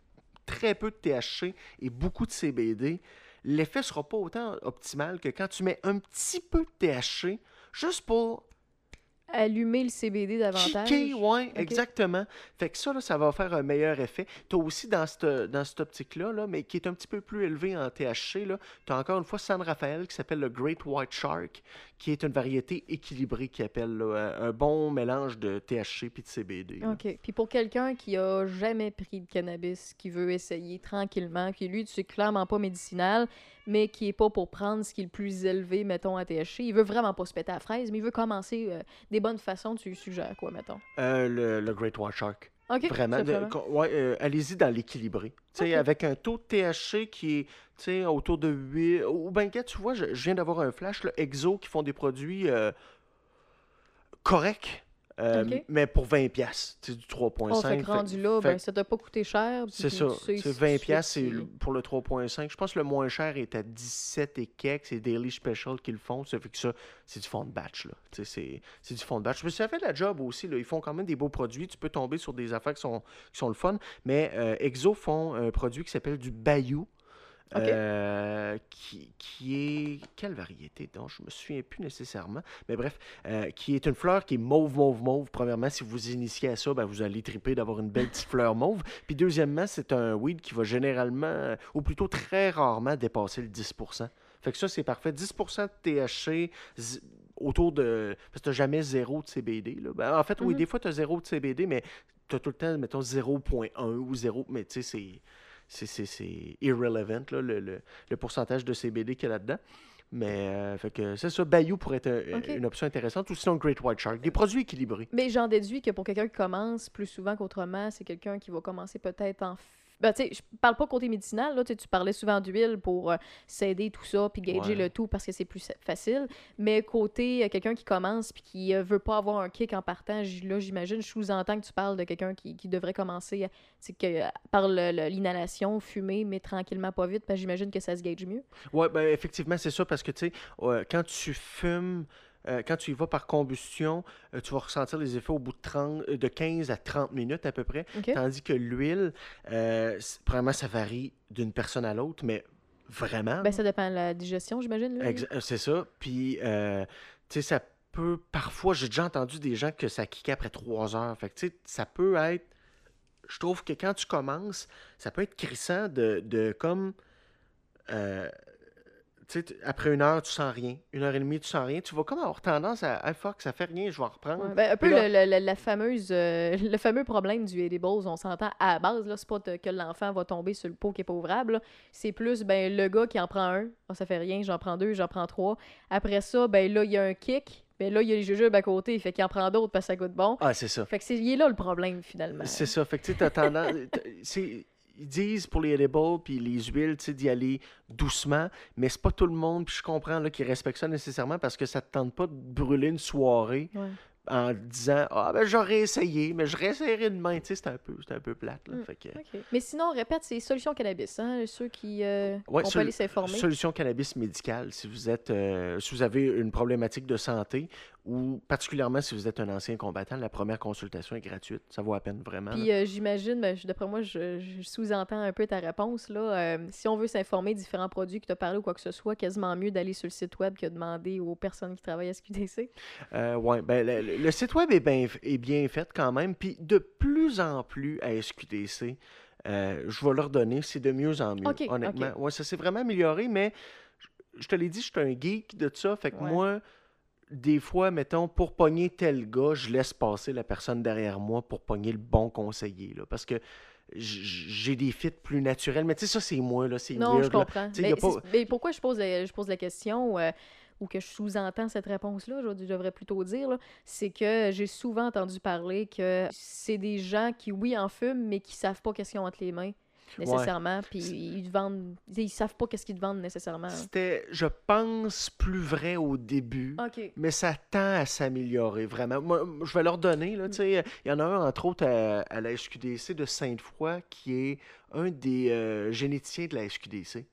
très peu de T H C et beaucoup de C B D, l'effet ne sera pas autant optimal que quand tu mets un petit peu de T H C juste pour allumer le C B D davantage. Kicker, ouais, Ok. exactement. Fait que ça, là, ça va faire un meilleur effet. Tu as aussi dans cette, dans cette optique-là, là, mais qui est un petit peu plus élevé en T H C, tu as encore une fois San Rafael qui s'appelle le Great White Shark, qui est une variété équilibrée qui appelle là, un un bon mélange de T H C puis de C B D. là. OK. Puis pour quelqu'un qui a jamais pris de cannabis, qui veut essayer tranquillement, qui lui, c'est clairement pas médicinal, mais qui est pas pour prendre ce qui est le plus élevé, mettons, à T H C, il veut vraiment pas se péter à la fraise, mais il veut commencer euh, des bonnes façons, tu lui suggères quoi, mettons? Euh, le, le Great White Shark. OK, Vraiment. de- simplement. co- ouais, euh, allez-y dans l'équilibré. Tu sais, Ok. avec un taux de T H C qui est tu sais, autour de huit. Ou ben, gars, tu vois, je, je viens d'avoir un flash, là, Exo, qui font des produits euh, corrects, euh, Ok. mais pour vingt piastres. Tu sais, du trois virgule Oh, cinq. fait que rendu là, fait ben, que ça t'a pas coûté cher. c'est puis ça. tu sais Tu sais, ce vingt qui- piastres, c'est qui- le- pour le trois virgule cinq. Je pense que le moins cher est à dix-sept et quelques. C'est Daily Special qu'ils le font. Ça fait que ça, c'est du fond de batch. Là. Tu sais, C'est c'est du fond de batch. Mais ça fait la job aussi. Là. Ils font quand même des beaux produits. Tu peux tomber sur des affaires qui sont, qui sont le fun. Mais euh, Exo font un produit qui s'appelle du Bayou. Ok. euh, qui, qui est... Quelle variété donc? Je me souviens plus nécessairement. Mais bref, euh, qui est une fleur qui est mauve, mauve, mauve. Premièrement, si vous vous initiez à ça, ben, vous allez triper d'avoir une belle petite fleur mauve. Puis deuxièmement, c'est un weed qui va généralement, euh, ou plutôt très rarement, dépasser le dix pour cent. Fait que ça, c'est parfait. dix pour cent de T H C, z- autour de... Parce que t'as jamais zéro de C B D. Là. Ben, en fait, oui, Mhm. des fois, tu as zéro de C B D, mais tu as tout le temps, mettons, zéro virgule un ou zéro. Mais tu sais, c'est... C'est, c'est, c'est irrelevant, là, le, le, le pourcentage de C B D qu'il y a là-dedans. Mais, euh, fait que c'est ça. Bayou pourrait être un- Ok. une option intéressante. Ou sinon, Great White Shark. Des produits équilibrés. Mais j'en déduis que pour quelqu'un qui commence plus souvent qu'autrement, c'est quelqu'un qui va commencer peut-être en... f- Ben, tu sais, je parle pas côté médicinal, là, tu sais, tu parlais souvent d'huile pour euh, s'aider, tout ça, puis gager Ouais. le tout parce que c'est plus sa- facile. Mais côté euh, quelqu'un qui commence puis qui euh, veut pas avoir un kick en partant, j- là, j'imagine, je sous-entends que tu parles de quelqu'un qui, qui devrait commencer, euh, tu sais, que, euh, par le- le- l'inhalation, fumer, mais tranquillement, pas vite, parce que j'imagine que ça se gage mieux. Ouais, ben effectivement, c'est ça. Parce que, tu sais, euh, quand tu fumes... euh, quand tu y vas par combustion, euh, tu vas ressentir les effets au bout de, trente, euh, de quinze à trente minutes à peu près. OK? Tandis que l'huile, euh, c'est- premièrement, ça varie d'une personne à l'autre, mais vraiment. Ben, ça dépend de la digestion, j'imagine. là. Exa- euh, c'est ça. Puis, euh, tu sais, ça peut... Parfois, j'ai déjà entendu des gens que ça kick après trois heures. Fait que, tu sais, ça peut être... Je trouve que quand tu commences, ça peut être crissant de, de comme... euh, tu sais, tu- après une heure, tu sens rien. Une heure et demie, tu sens rien. Tu vas comme avoir tendance à... Ah, fuck, ça fait rien, je vais en reprendre. Ouais, ben, un peu Puis là- le, le- le- la fameuse, euh, le fameux problème du edibles, on s'entend à la base, là, c'est pas de- que l'enfant va tomber sur le pot qui est pas ouvrable, là. C'est plus ben, le gars qui en prend un, ah, ça fait rien, j'en prends deux, j'en prends trois. Après ça, ben là, il y a un kick, ben là, il y a les jujubes à côté, fait qu'il en prend d'autres parce que ça goûte bon. Ah, c'est ça. Fait que c'est il est là le problème, finalement. C'est ça. Fait que tu sais, t'as tendance. t'as- c'est- Ils disent pour les edibles puis les huiles, tu sais, d'y aller doucement, mais c'est pas tout le monde, puis je comprends là, qui respecte ça nécessairement parce que ça te tente pas de brûler une soirée Ouais. en disant ah ben j'aurais essayé, mais je réessayerai demain. Tu sais, c'est un peu, c'est un peu plate. Là. Mm. Fait que, OK. Mais sinon, on répète, c'est Solution Cannabis, hein, ceux qui euh, Ouais, on sol- peut aller s'informer. Solution cannabis médicale, si vous êtes, euh, si vous avez une problématique de santé ou particulièrement si vous êtes un ancien combattant, la première consultation est gratuite. Ça vaut à peine vraiment. là. Puis euh, j'imagine, ben, je- d'après moi, je, je sous-entends un peu ta réponse. Là. Euh, si on veut s'informer de différents produits que tu as parlé ou quoi que ce soit, quasiment mieux d'aller sur le site web que de demander aux personnes qui travaillent à S Q D C. Euh, ouais, ben, le, le- le site web est bien, est bien fait quand même. Puis de plus en plus à S Q D C, euh, je vais leur donner, c'est de mieux en mieux, Ok, honnêtement. ok. Ouais, ça s'est vraiment amélioré, mais je- je te l'ai dit, je suis un geek de ça. Fait que Ouais. moi, des fois, mettons, pour pogner tel gars, je laisse passer la personne derrière moi pour pogner le bon conseiller. Là, parce que j- j'ai des fits plus naturels. Mais tu sais, ça, c'est moi, là. C'est Non, weird, je là. comprends. Tu sais, y Mais, a pas- c'est- mais pourquoi je pose, la- je pose la question euh, ou que je sous-entends cette réponse-là, je, je devrais plutôt dire, là, c'est que j'ai souvent entendu parler que c'est des gens qui, oui, en fument, mais qui savent pas qu'est-ce qu'ils ont entre les mains nécessairement, puis C'est- ils vendent, ils savent pas qu'est-ce qu'ils te vendent nécessairement. hein. C'était, je pense, plus vrai au début. OK. Mais ça tend à s'améliorer, vraiment. Moi, moi, je vais leur donner, là, tu sais, il y en a un, entre autres, à, à la S Q D C de Sainte-Foy, qui est un des euh, généticiens de la S Q D C. OK.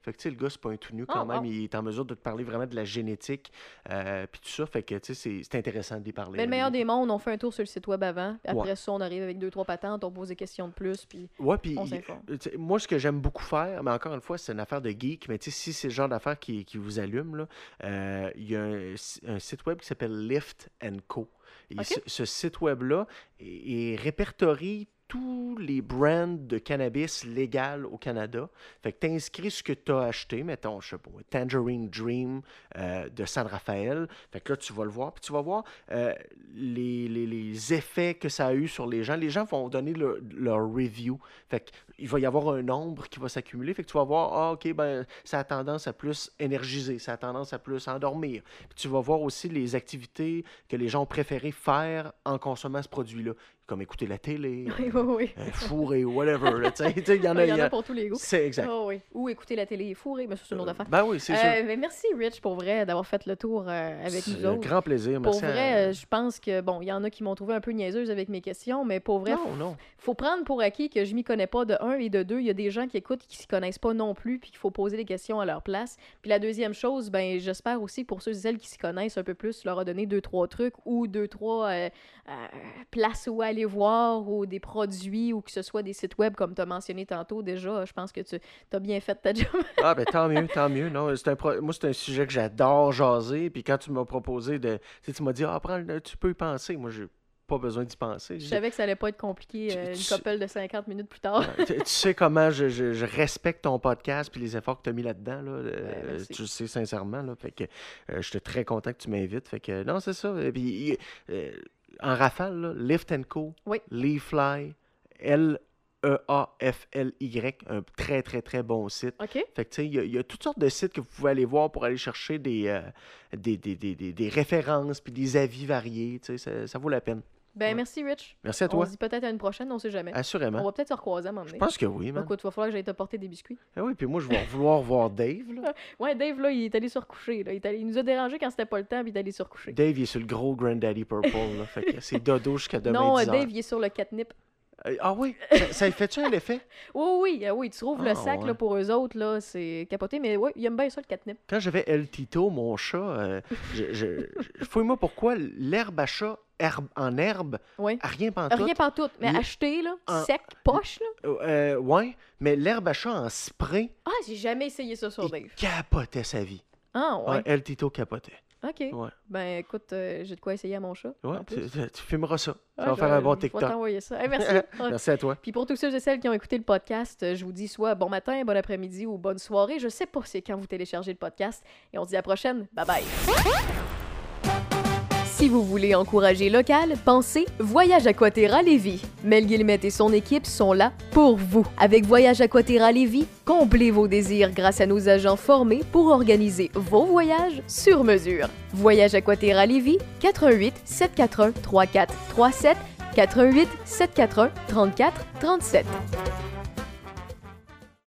Fait que, tu sais, le gars, c'est pas un tout nu quand Oh, même. wow. Il est en mesure de te parler vraiment de la génétique, euh, puis tout ça. Fait que, tu sais, c'est, c'est intéressant d'y parler. Mais le à meilleur lui. des mondes, on fait un tour sur le site web avant. Après Ouais. ça, on arrive avec deux, trois patentes, on pose des questions de plus, puis Ouais, puis on il- s'informe. euh, tu sais, moi, ce que j'aime beaucoup faire, mais encore une fois, c'est une affaire de geek, mais tu sais, si c'est le genre d'affaire qui, qui vous allume, là, euh, il y a un, si- un site web qui s'appelle Lift and Co. Et Ok. ce, ce site web-là est, est répertorie tous les brands de cannabis légal au Canada. Fait que tu inscris ce que tu as acheté, mettons, je sais pas, Tangerine Dream euh, de San Rafael. Fait que là, tu vas le voir, puis tu vas voir euh, les, les, les effets que ça a eu sur les gens. Les gens vont donner leur, leur review. Fait que il va y avoir un nombre qui va s'accumuler. Fait que tu vas voir, ah, OK, ben, ça a tendance à plus énergiser, ça a tendance à plus endormir. Puis tu vas voir aussi les activités que les gens ont préféré faire en consommant ce produit-là, comme écouter la télé, Oui, oui, oui. euh, fourrer, whatever. là, tu sais, tu sais, Il y en a. Il y en il y a a- pour tous les goûts. C'est exact. Oh, oui. Ou écouter la télé fourrée, mais ça, c'est une autre affaire. Ben oui, c'est Euh, sûr. mais merci, Rich, pour vrai, d'avoir fait le tour euh, avec C'est nous un autres. grand plaisir. Pour Merci. à- vrai, euh, je pense que, bon, il y en a qui m'ont trouvé un peu niaiseuse avec mes questions, mais pour vrai, Non, non. faut prendre pour acquis que je m'y connais pas de un et de deux. Il y a des gens qui écoutent et qui s'y connaissent pas non plus, puis qu'il faut poser des questions à leur place. Puis la deuxième chose, ben j'espère aussi que pour ceux et celles qui s'y connaissent un peu plus, leur a donné deux, trois trucs ou deux, trois euh, euh, places où aller voir ou des produits ou que ce soit des sites web comme tu as mentionné tantôt déjà. Je pense que tu as bien fait ta job. Ah, ben tant mieux, tant mieux. Non, c'est un pro- Moi, c'est un sujet que j'adore jaser. Puis quand tu m'as proposé de. Tu sais, tu m'as dit, ah, prends le- tu peux y penser. Moi, j'ai pas besoin d'y penser. Je savais que ça allait pas être compliqué Tu- euh, une tu- couple de cinquante minutes plus tard. tu, tu sais comment je, je- je respecte ton podcast puis les efforts que tu as mis là-dedans. Là, euh, Ouais, merci. tu le sais sincèrement. Là, fait que euh, j'étais très content que tu m'invites. Fait que non, c'est ça. Et puis, euh, en rafale, là, Lift and Co, Oui. Leafly, L E A F L Y, un très, très, très bon site. OK? Fait que, tu sais, il y, a- il y a toutes sortes de sites que vous pouvez aller voir pour aller chercher des, euh, des, des, des, des- des références puis des avis variés. Tu sais, ça, ça vaut la peine. Ben Ouais. merci, Rich. Merci à On toi. se dit peut-être à une prochaine, on sait jamais. On Assurément. va peut-être se recroiser à un moment Je donné. pense que oui, man. Écoute, il va falloir que j'aille te porter des biscuits. Ah oui, puis moi, je vais vouloir voir Dave. Là. Ouais, Dave, là, il est allé se recoucher. Là. Il, est allé- il nous a dérangé quand c'était pas le temps, puis il est allé se recoucher. Dave, il est sur le gros Granddaddy Purple. Là. Fait que c'est dodo jusqu'à demain non, euh, dix heures. Dave, il est sur le catnip. Euh, Ah oui? Ça, ça fait-tu un effet? Oui, oui, euh, oui, tu trouves le Ah, sac ouais. là, pour eux autres, là, c'est capoté, mais oui, il aime bien ça, le catnip. Quand j'avais El Tito, mon chat, euh, je, je, je- fouille-moi pourquoi l'herbe à chat herbe, en herbe, Oui. à rien pantoute. Rien par tout, mais Il- acheté, là, en- sec, poche, là. Euh, ouais, mais l'herbe à chat en spray, Ah, j'ai jamais essayé ça sur il Dave. capotait sa vie. Ah, ouais. Ouais, El Tito capotait. OK. Ouais. Ben, écoute, euh, j'ai de quoi essayer à mon chat. Ouais, en tu, plus. tu- tu filmeras ça. Ah, Ça va je- faire un bon Je vais TikTok. t'envoyer ça. Hey, merci. Ah, Merci à toi. Puis pour tous ceux et celles qui ont écouté le podcast, euh, je vous dis soit bon matin, bon après-midi ou bonne soirée. Je sais pas c'est quand vous téléchargez le podcast. Et on se dit à la prochaine. Bye bye. Si vous voulez encourager local, pensez Voyage Aquaterra Lévis. Mel Guillemette et son équipe sont là pour vous. Avec Voyage Aquaterra Lévis, comblez vos désirs grâce à nos agents formés pour organiser vos voyages sur mesure. Voyage Aquaterra Lévis, quatre un huit, sept quatre un, trois quatre trois sept, quatre un huit, sept quatre un, trois quatre trois sept.